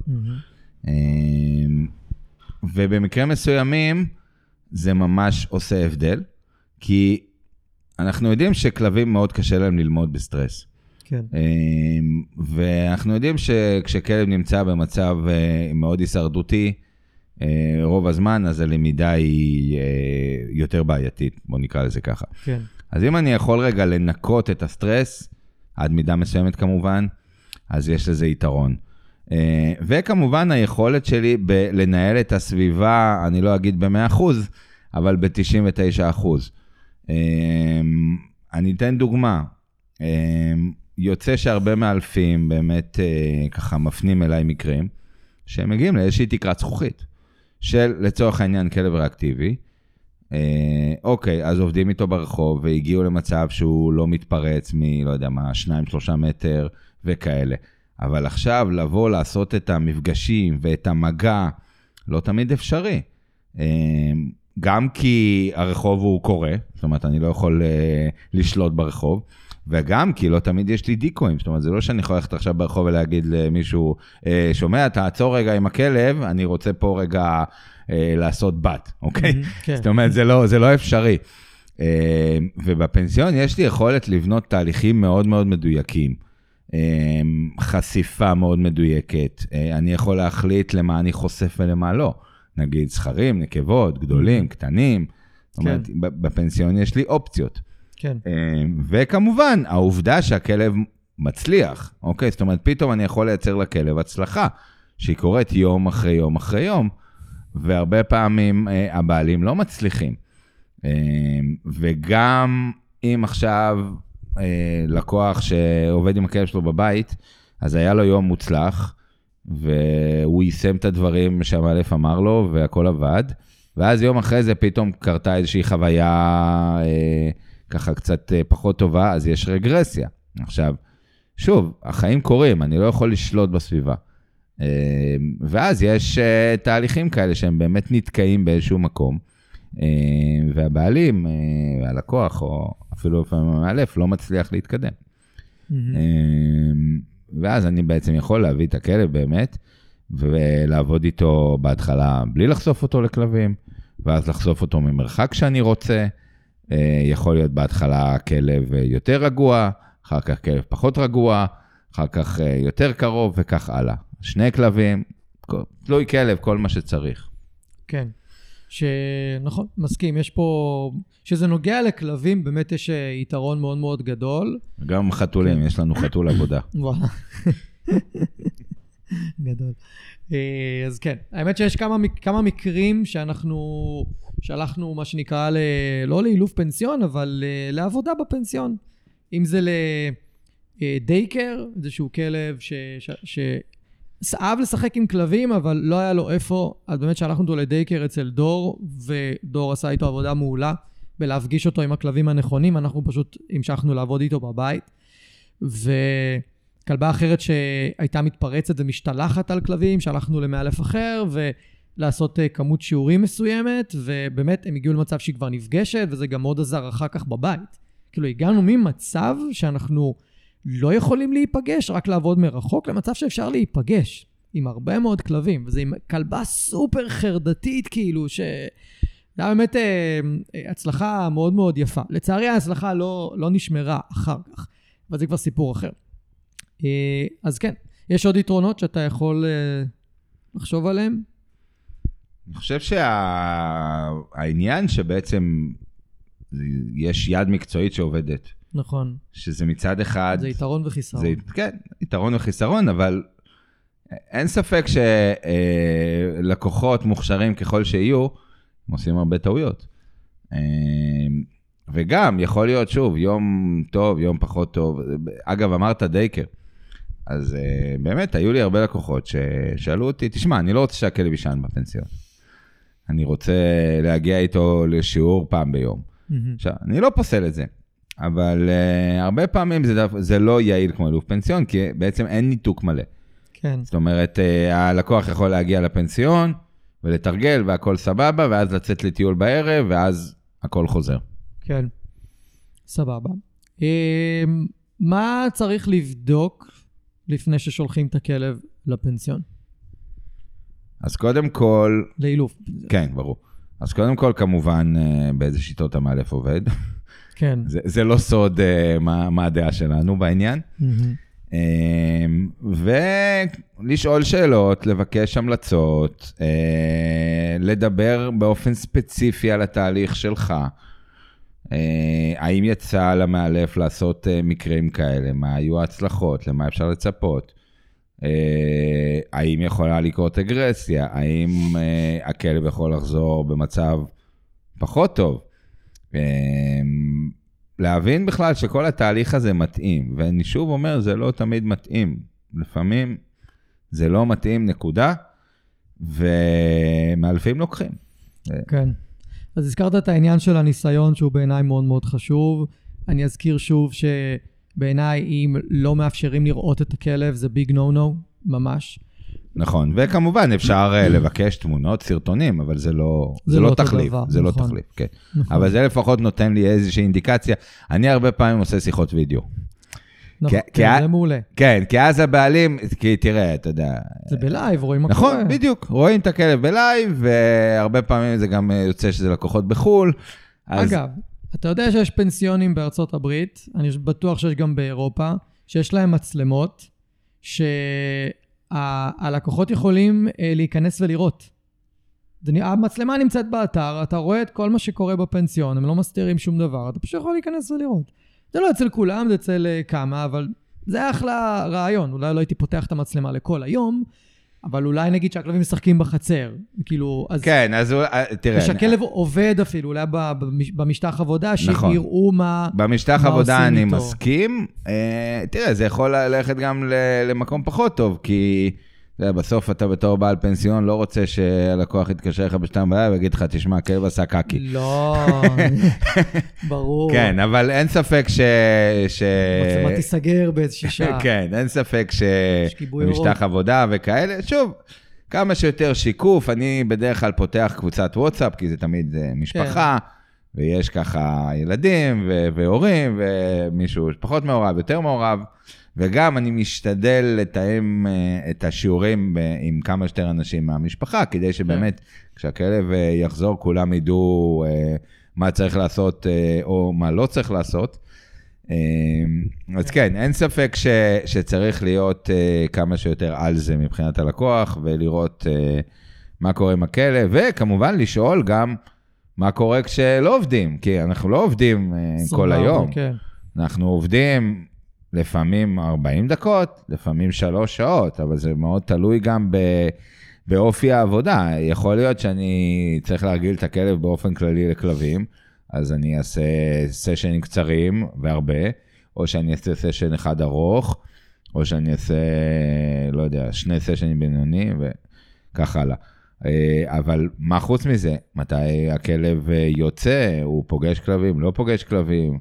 ובמקרים מסוימים, זה ממש עושה הבדל, כי אנחנו יודעים שכלבים מאוד קשה להם ללמוד בסטרס. כן. ואנחנו יודעים שכשכלב נמצא במצב מאוד הישרדותי, רוב הזמן, אז הלמידה היא יותר בעייתית, בוא נקרא לזה ככה. כן. אז אם אני יכול רגע לנקות את הסטרס, עד מידה מסוימת כמובן, אז יש לזה יתרון. וכמובן היכולת שלי לנהל את הסביבה, אני לא אגיד ב100%, אבל ב99%. אני אתן דוגמה. יוצא שהרבה מאלפים באמת ככה מפנים אליי מקרים, שהם מגיעים לאיזושהי תקרת זכוכית, של לצורך העניין כלב ריאקטיבי, אוקיי, אז עובדים איתו ברחוב, והגיעו למצב שהוא לא מתפרץ לא יודע מה, 2-3 מטר וכאלה. אבל עכשיו לבוא לעשות את המפגשים ואת המגע, לא תמיד אפשרי. גם כי הרחוב הוא קורא, זאת אומרת, אני לא יכול לשלוט ברחוב, וגם כי לא תמיד יש לי דיקויים, זאת אומרת, זה לא שאני יכול ללכת עכשיו ברחוב ולהגיד למישהו, שומע, תעצור רגע עם הכלב, אני רוצה פה רגע לעשות בת, אוקיי? זאת אומרת, זה לא אפשרי. ובפנסיון יש לי יכולת לבנות תהליכים מאוד מאוד מדויקים, חשיפה מאוד מדויקת, אני יכול להחליט למה אני חושף ולמה לא, נגיד זכרים, נקבות, גדולים, קטנים, זאת אומרת, בפנסיון יש לי אופציות. כן. וכמובן, העובדה שהכלב מצליח, אוקיי? זאת אומרת, פתאום אני יכול לייצר לכלב הצלחה, שהיא קורית יום אחרי יום אחרי יום, והרבה פעמים הבעלים לא מצליחים. וגם אם עכשיו לקוח שעובד עם הכלב שלו בבית, אז היה לו יום מוצלח, והוא יישם את הדברים שהמאלף אמר לו, והכל עבד, ואז יום אחרי זה פתאום קרתה איזושהי חוויה ככה קצת פחות טובה, אז יש רגרסיה. עכשיו, שוב, החיים קורים, אני לא יכול לשלוט בסביבה. ואז יש תהליכים כאלה שהם באמת נתקעים באיזשהו מקום, והבעלים, והלקוח, או אפילו לפעמים המאלף, לא מצליח להתקדם. ואז אני בעצם יכול להביא את הכלב באמת, ולעבוד איתו בהתחלה בלי לחשוף אותו לכלבים, ואז לחשוף אותו ממרחק שאני רוצה, יכול להיות בהתחלה כלב יותר רגוע, אחר כך כלב פחות רגוע, אחר כך יותר קרוב וכך הלאה. 2 כלבים, תלוי כלב, כל מה שצריך. כן, נכון, מסכים, יש פה, שזה נוגע לכלבים, באמת יש יתרון מאוד מאוד גדול. גם חתולים, יש לנו חתול עבודה. וואלה. גדול. אז כן, האמת שיש כמה מקרים שאנחנו שלחנו מה שנקרא לא לאילוף פנסיון, אבל לעבודה בפנסיון. אם זה לדייקר, איזשהו כלב שאהב לשחק עם כלבים, אבל לא היה לו איפה, אז באמת שלחנו אותו לדייקר אצל דור, ודור עשה איתו עבודה מעולה, בלהפגיש אותו עם הכלבים הנכונים, אנחנו פשוט המשכנו לעבוד איתו בבית, כלבה אחרת שהייתה מתפרצת ומשתלחת על כלבים, שלחנו למאלף אחר, ולעשות כמות שיעורים מסוימת, ובאמת הם הגיעו למצב שהיא כבר נפגשת, וזה גם מאוד עזר אחר כך בבית. כאילו הגענו ממצב שאנחנו לא יכולים להיפגש, רק לעבוד מרחוק, למצב שאפשר להיפגש עם הרבה מאוד כלבים, וזה עם כלבה סופר חרדתית, כאילו זה היה באמת הצלחה מאוד מאוד יפה. לצערי ההצלחה לא נשמרה אחר כך, אבל זה כבר סיפור אחר. אז כן, יש עוד יתרונות שאתה יכול לחשוב עליהם? אני חושב שהעניין שבעצם יש יד מקצועית שעובדת. נכון. שזה מצד אחד... זה יתרון וחיסרון. כן, יתרון וחיסרון, אבל אין ספק שלקוחות מוכשרים ככל שיהיו, הם עושים הרבה טעויות. וגם יכול להיות שוב, יום טוב, יום פחות טוב. אגב, אמרת דייקר. אז באמת, היו לי הרבה לקוחות ששאלו אותי, תשמע, אני לא רוצה שהכלב ישן בפנסיון. אני רוצה להגיע איתו לשיעור פעם ביום. עכשיו, אני לא פוסל את זה, אבל הרבה פעמים זה לא יעיל כמו אילוף פנסיון, כי בעצם אין ניתוק מלא. כן. זאת אומרת, הלקוח יכול להגיע לפנסיון, ולתרגל, והכל סבבה, ואז לצאת לטיול בערב, ואז הכל חוזר. כן, סבבה. מה צריך לבדוק לפני ששולחים את הכלב לפנסיון? אז קודם כל... לאילוף. כן, ברור. אז קודם כל, כמובן, באיזה שיטות המאלף עובד. כן. זה לא סוד מה הדעה שלנו בעניין. ולשאול שאלות, לבקש המלצות, לדבר באופן ספציפי על התהליך שלך. האם יצא למאלף לעשות מקרים כאלה? מה היו ההצלחות? למה אפשר לצפות? האם יכולה לקרות אגרסיה? האם הכלב יכול לחזור במצב פחות טוב? להבין בכלל שכל התהליך הזה מתאים, ואני שוב אומר, זה לא תמיד מתאים. לפעמים זה לא מתאים, נקודה, ומאלפים לוקחים. כן. אז הזכרת את העניין של הניסיון, שהוא בעיניי מאוד מאוד חשוב. אני אזכיר שוב שבעיניי, אם לא מאפשרים לראות את הכלב, זה ביג נו-נו, ממש. נכון, וכמובן אפשר לבקש תמונות, סרטונים, אבל זה לא תחליף, זה לא תחליף, כן. אבל זה לפחות נותן לי איזושהי אינדיקציה. אני הרבה פעמים עושה שיחות וידאו. נכון, זה מעולה. כן, כי אז הבעלים, כי תראה, אתה יודע... זה בלייב, רואים מה קורה. נכון, בדיוק, רואים את הכלב בלייב, והרבה פעמים זה גם יוצא שזה לקוחות בחול. אגב, אתה יודע שיש פנסיונים בארצות הברית, אני בטוח שיש גם באירופה, שיש להם מצלמות, הלקוחות יכולים להיכנס ולראות. המצלמה נמצאת באתר, אתה רואה את כל מה שקורה בפנסיון, הם לא מסתירים שום דבר, אתה פשוט יכול להיכנס ולראות. זה לא אצל כולם, זה אצל כמה, אבל זה אחלה רעיון. אולי לא הייתי פותח את המצלמה לכל היום, אבל אולי נגיד שהכלבים משחקים בחצר. כאילו, אז... כן, אז תראה... ושהכלב עובד אפילו, אולי במשטח עבודה, שיראו מה... במשטח עבודה אני מסכים. תראה, זה יכול ללכת גם למקום פחות טוב, כי בסוף אתה בתור בעל פנסיון לא רוצה שהלקוח יתקשר לך בשתיים בעיה ויגיד לך, תשמע, הכלב עשה קקי. לא, ברור. כן, אבל אין ספק מצלמה תיסגר באיזושהי שעה. כן, אין ספק שבמשטח עבודה וכאלה. שוב, כמה שיותר שיקוף, אני בדרך כלל פותח קבוצת וואטסאפ, כי זה תמיד משפחה, ויש ככה ילדים והורים, ומישהו פחות מעורב, יותר מעורב, וגם אני משתדל לתאם את השיעורים עם כמה שיותר אנשים מהמשפחה, כדי שבאמת כשהכלב יחזור, כולם ידעו מה צריך לעשות או מה לא צריך לעשות. אז כן, אין ספק שצריך להיות כמה שיותר על זה מבחינת הלקוח, ולראות מה קורה עם הכלב, וכמובן לשאול גם מה קורה כשלא עובדים, כי אנחנו לא עובדים כל היום. כן. אנחנו עובדים לפעמים 40 דקות, לפעמים 3 שעות, אבל זה מאוד תלוי גם באופי העבודה. יכול להיות שאני צריך להרגיל את הכלב באופן כללי לכלבים, אז אני אעשה סשנים קצרים והרבה, או שאני אעשה סשן אחד ארוך, או שאני אעשה, לא יודע, 2 סשנים בינוניים, וכך הלאה. אבל מה חוץ מזה? מתי הכלב יוצא? הוא פוגש כלבים? לא פוגש כלבים?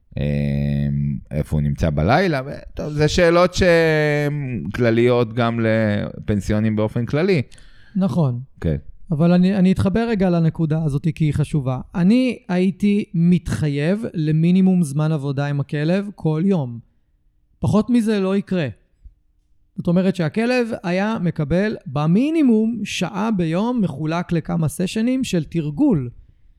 איפה הוא נמצא בלילה? טוב, זה שאלות שהן כלליות גם לפנסיונים באופן כללי. נכון. כן. אבל אני אתחבר רגע לנקודה הזאת כי היא חשובה. אני הייתי מתחייב למינימום זמן עבודה עם הכלב כל יום. פחות מזה לא יקרה. זאת אומרת שהכלב היה מקבל במינימום שעה ביום מחולק לכמה סשנים של תרגול.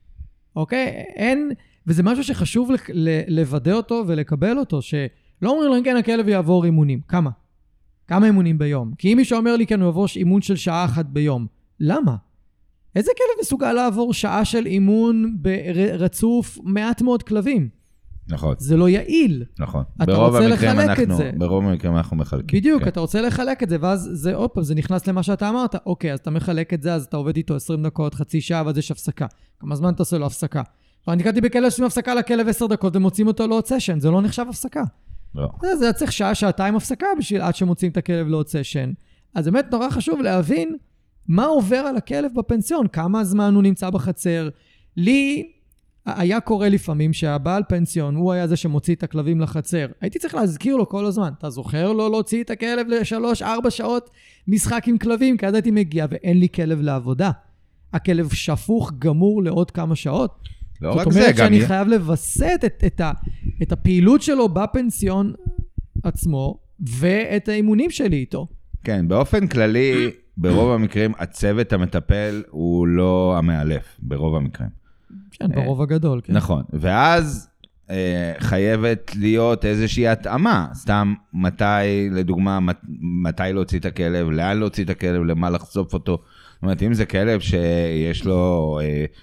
אוקיי? וזה משהו שחשוב לוודא אותו ולקבל אותו, שלא אומרים להם כן הכלב יעבור אימונים. כמה אימונים ביום? כי אם מישהו אומר לי כן הוא יעבור אימון של שעה אחת ביום. למה? איזה כלב מסוגל לעבור שעה של אימון ברצוף מעט מאוד כלבים? נכון. זה לא יעיל. נכון. אתה רוצה לחלק את זה. ברוב המקרים אנחנו מחלקים. בדיוק, אתה רוצה לחלק את זה, ואז זה עוד פעם, זה נכנס למה שאתה אמרת. אוקיי, אז אתה מחלק את זה, אז אתה עובד איתו 20 דקות, חצי שעה, ואז יש הפסקה. כמה זמן אתה עושה לו הפסקה? ואני קראתי בכלב שעושים הפסקה לכלב 10 דקות, ומוצאים אותו לעוד סשן, זה לא נחשב הפסקה. לא. זה צריך שעה, שעתיים הפסקה בשביל עד שמוצאים את הכלב לעוד סשן. אז באמת נורא חשוב להבין מה עובר על הכלב בפנסיון, כמה זמן הוא נמצא בחצר. לי היה קורה לפעמים שהבעל פנסיון, הוא היה זה שמוציא את הכלבים לחצר. הייתי צריך להזכיר לו כל הזמן, אתה זוכר לו להוציא את הכלב ל3-4 שעות משחק עם כלבים, כי אז הייתי מגיע ואין לי כלב לעבודה. הכלב שפוך גמור לעוד כמה שעות. לא רק זה, זאת אומרת שאני חייב לבסט את הפעילות שלו בפנסיון עצמו, ואת האימונים שלי איתו. כן, באופן כללי, ברוב המקרים, הצוות המטפל הוא לא המאלף, ברוב המקרים. כן, ברוב הגדול. כן. נכון, ואז חייבת להיות איזושהי התאמה, סתם מתי, לדוגמה, מתי להוציא את הכלב, לאן להוציא את הכלב, למה לחשוף אותו. זאת אומרת, אם זה כלב שיש לו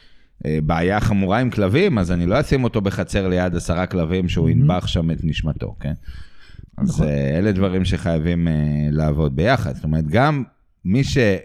בעיה חמורה עם כלבים, אז אני לא אשים אותו בחצר ליד 10 כלבים שהוא ינבח שם את נשמתו, כן? אז אלה דברים שחייבים לעבוד ביחד. זאת אומרת, גם מי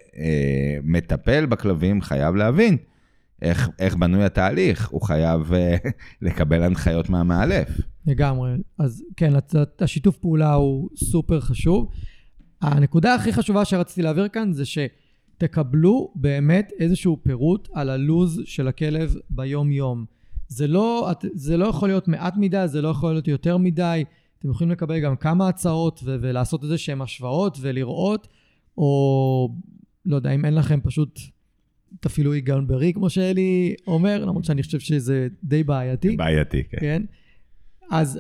שמטפל בכלבים חייב להבין איך בנוי התהליך, הוא חייב לקבל הנחיות מהמאלף. לגמרי. אז כן, השיתוף פעולה הוא סופר חשוב. הנקודה הכי חשובה שרציתי להעביר כאן זה שתקבלו באמת איזשהו פירוט על הלוז של הכלב ביום יום. זה לא יכול להיות מעט מדי, זה לא יכול להיות יותר מדי. אתם יכולים לקבל גם כמה הצעות ולעשות איזה שהן השוואות ולראות, או לא יודע, אם אין לכם פשוט תפעילו היגיון בריא, כמו שאלי אומר, למרות שאני חושב שזה די בעייתי. בעייתי, כן. כן? אז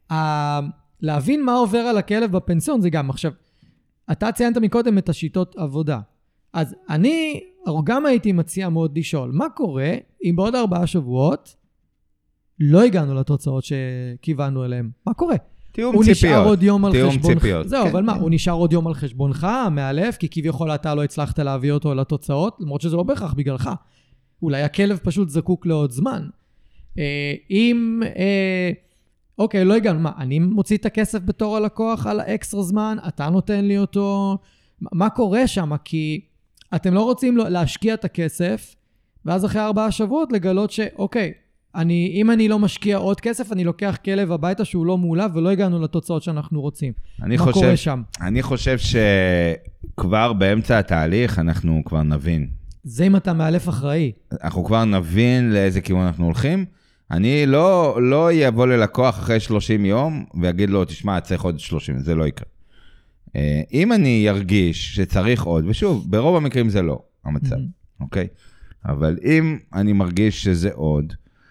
להבין מה עובר על הכלב בפנסיון זה גם, עכשיו, אתה ציינת מקודם את השיטות עבודה. אז אני גם הייתי מציע מאוד לשאול, מה קורה אם בעוד 4 שבועות לא הגענו לתוצאות שכיוונו אליהם? מה קורה? תיאום ציפיות. הוא נשאר עוד יום על חשבונך. זהו, כן. אבל מה, הוא נשאר עוד יום על חשבונך, מאלף, כי כביכול אתה לא הצלחת להביא אותו לתוצאות, למרות שזה לא בהכרח בגללך. אולי הכלב פשוט זקוק לעוד זמן. אוקיי, לא הגענו, מה, אני מוציא את הכסף בתור הלקוח על האקסטרה זמן, אתה נותן לי אותו, מה קורה שם? כי אתם לא רוצים להשקיע את הכסף, ואז אחרי 4 שבועות לגלות שאוקיי, אם אני לא משקיע עוד כסף, אני לוקח כלב הביתה שהוא לא מעולב, ולא הגענו לתוצאות שאנחנו רוצים. מה קורה שם? אני חושב שכבר באמצע התהליך אנחנו כבר נבין. זה אם אתה מאלף אחראי. אנחנו כבר נבין לאיזה כיוון אנחנו הולכים. אני לא יבוא ללקוח אחרי 30 יום, ויגיד לו, תשמע, צריך עוד 30, זה לא יקרה. אם אני ירגיש שצריך עוד, ושוב, ברוב המקרים זה לא המצב, אוקיי? אבל אם אני מרגיש שזה עוד,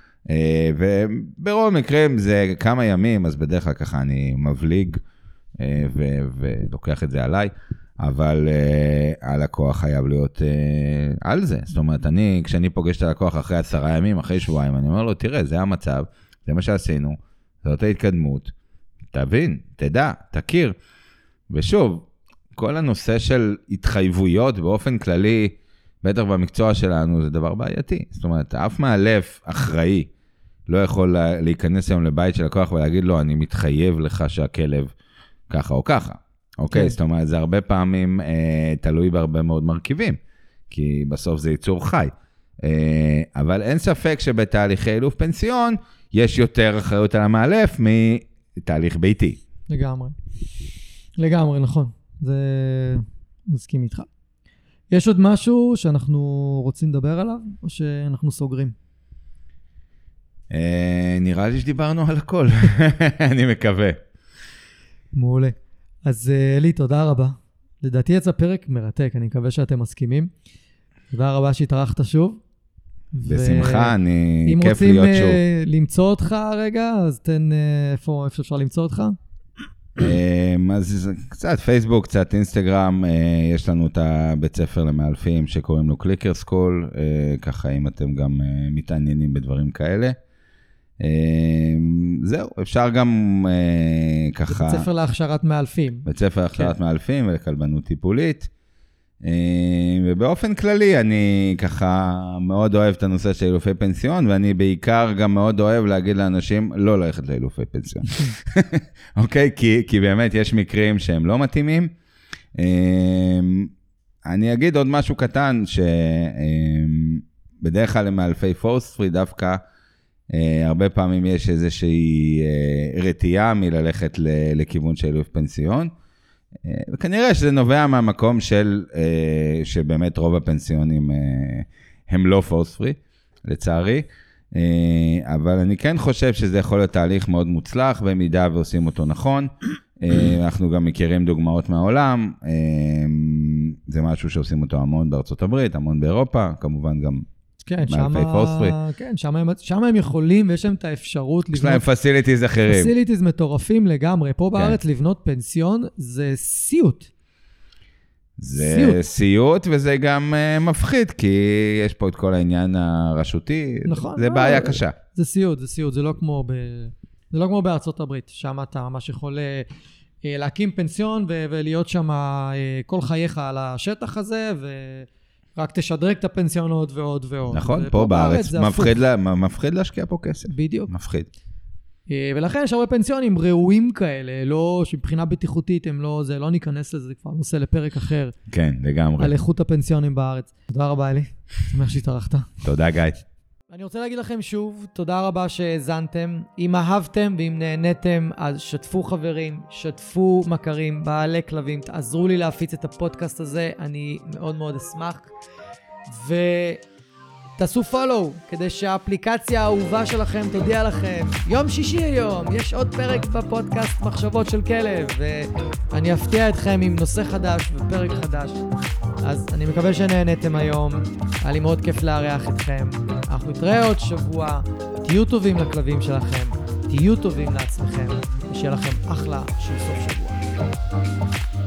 וברוב המקרים זה כמה ימים, אז בדרך כלל ככה אני מבליג ולוקח את זה עליי, אבל הלקוח חייב להיות על זה. זאת אומרת, כשאני פוגש את הלקוח אחרי 10 ימים, אחרי שבועיים, אני אומר לו, תראה, זה המצב, זה מה שעשינו, זאת ההתקדמות. תבין, תדע, תכיר. ושוב, כל הנושא של התחייבויות באופן כללי, בטח במקצוע שלנו, זה דבר בעייתי. זאת אומרת, אף מאלף אחראי לא יכול להיכנס היום לבית של לקוח ולהגיד לו, אני מתחייב לך שהכלב ככה או ככה. אוקיי, זאת אומרת, זה הרבה פעמים תלוי בהרבה מאוד מרכיבים, כי בסוף זה ייצור חי. אבל אין ספק שבתהליכי אילוף פנסיון, יש יותר אחריות על המאלף מתהליך ביתי. לגמרי. לגמרי, נכון. זה מסכים איתך. יש עוד משהו שאנחנו רוצים לדבר עליו, או שאנחנו סוגרים? נראה לי שדיברנו על הכל. אני מקווה. מעולה. אז אלי, תודה רבה. לדעתי יצא פרק מרתק, אני מקווה שאתם מסכימים. תודה רבה שהתארחת שוב. בשמחה, אני כיף להיות שוב. אם רוצים למצוא אותך רגע, אז תן איפה אפשר למצוא אותך? אז קצת פייסבוק, קצת אינסטגרם, יש לנו את הבית ספר למאלפים שקוראים לו קליקר סקול, ככה אם אתם גם מתעניינים בדברים כאלה. זהו, אפשר גם ככה... בית ספר להכשרת מאלפים. בית ספר להכשרת מאלפים ולכלבנות טיפולית. ובאופן כללי אני ככה מאוד אוהב את הנושא של אילופי פנסיון, ואני בעיקר גם מאוד אוהב להגיד לאנשים לא ללכת לאילופי פנסיון. אוקיי? כי באמת יש מקרים שהם לא מתאימים. אני אגיד עוד משהו קטן, שבדרך כלל למאלפי פורסטרי דווקא, הרבה פעמים יש איזושהי רתיעה מללכת לכיוון של אילוף פנסיון, וכנראה שזה נובע מהמקום שבאמת רוב הפנסיונים הם לא פורס-פרי, לצערי, אבל אני כן חושב שזה יכול להיות תהליך מאוד מוצלח, במידה ועושים אותו נכון. אנחנו גם מכירים דוגמאות מהעולם, זה משהו שעושים אותו המון בארצות הברית, המון באירופה, כמובן גם מאלפי פורס-פרי. כן, שם הם יכולים, ויש להם את האפשרות לבנות... יש להם פסיליטיז אחרים. פסיליטיז מטורפים לגמרי. פה בארץ לבנות פנסיון זה סיוט. זה סיוט, וזה גם מפחיד, כי יש פה את כל העניין הרשותי. נכון. זה בעיה קשה. זה סיוט, זה סיוט. זה לא כמו בארצות הברית, שם אתה ממש יכול להקים פנסיון ולהיות שם כל חייך על השטח הזה, רק תשדרג את הפנסיונות ועוד ועוד. נכון, פה בארץ מפחיד להשקיע פה כסף. בדיוק. מפחיד. ולכן יש הרבה פנסיונים ראויים כאלה, לא שמבחינה בטיחותית הם לא, זה לא ניכנס לזה, זה כבר נושא לפרק אחר. כן, לגמרי. על איכות הפנסיונים בארץ. תודה רבה אלי, שמח שהתארחת. תודה גיא. אני רוצה להגיד לכם שוב, תודה רבה שהזנתם. אם אהבתם ואם נהניתם, אז שתפו חברים, שתפו מכרים, בעלי כלבים, תעזרו לי להפיץ את הפודקאסט הזה, אני מאוד מאוד אשמח. ותעשו פולו, כדי שהאפליקציה האהובה שלכם תודיע לכם. יום שישי היום, יש עוד פרק בפודקאסט מחשבות של כלב, ואני אפתיע אתכם עם נושא חדש ופרק חדש. אז אני מקווה שנהניתם היום, היה לי מאוד כיף לארח אתכם. אנחנו נתראה עוד שבוע, תהיו טובים לכלבים שלכם, תהיו טובים לעצמכם, ושיהיה לכם אחלה של סוף שבוע.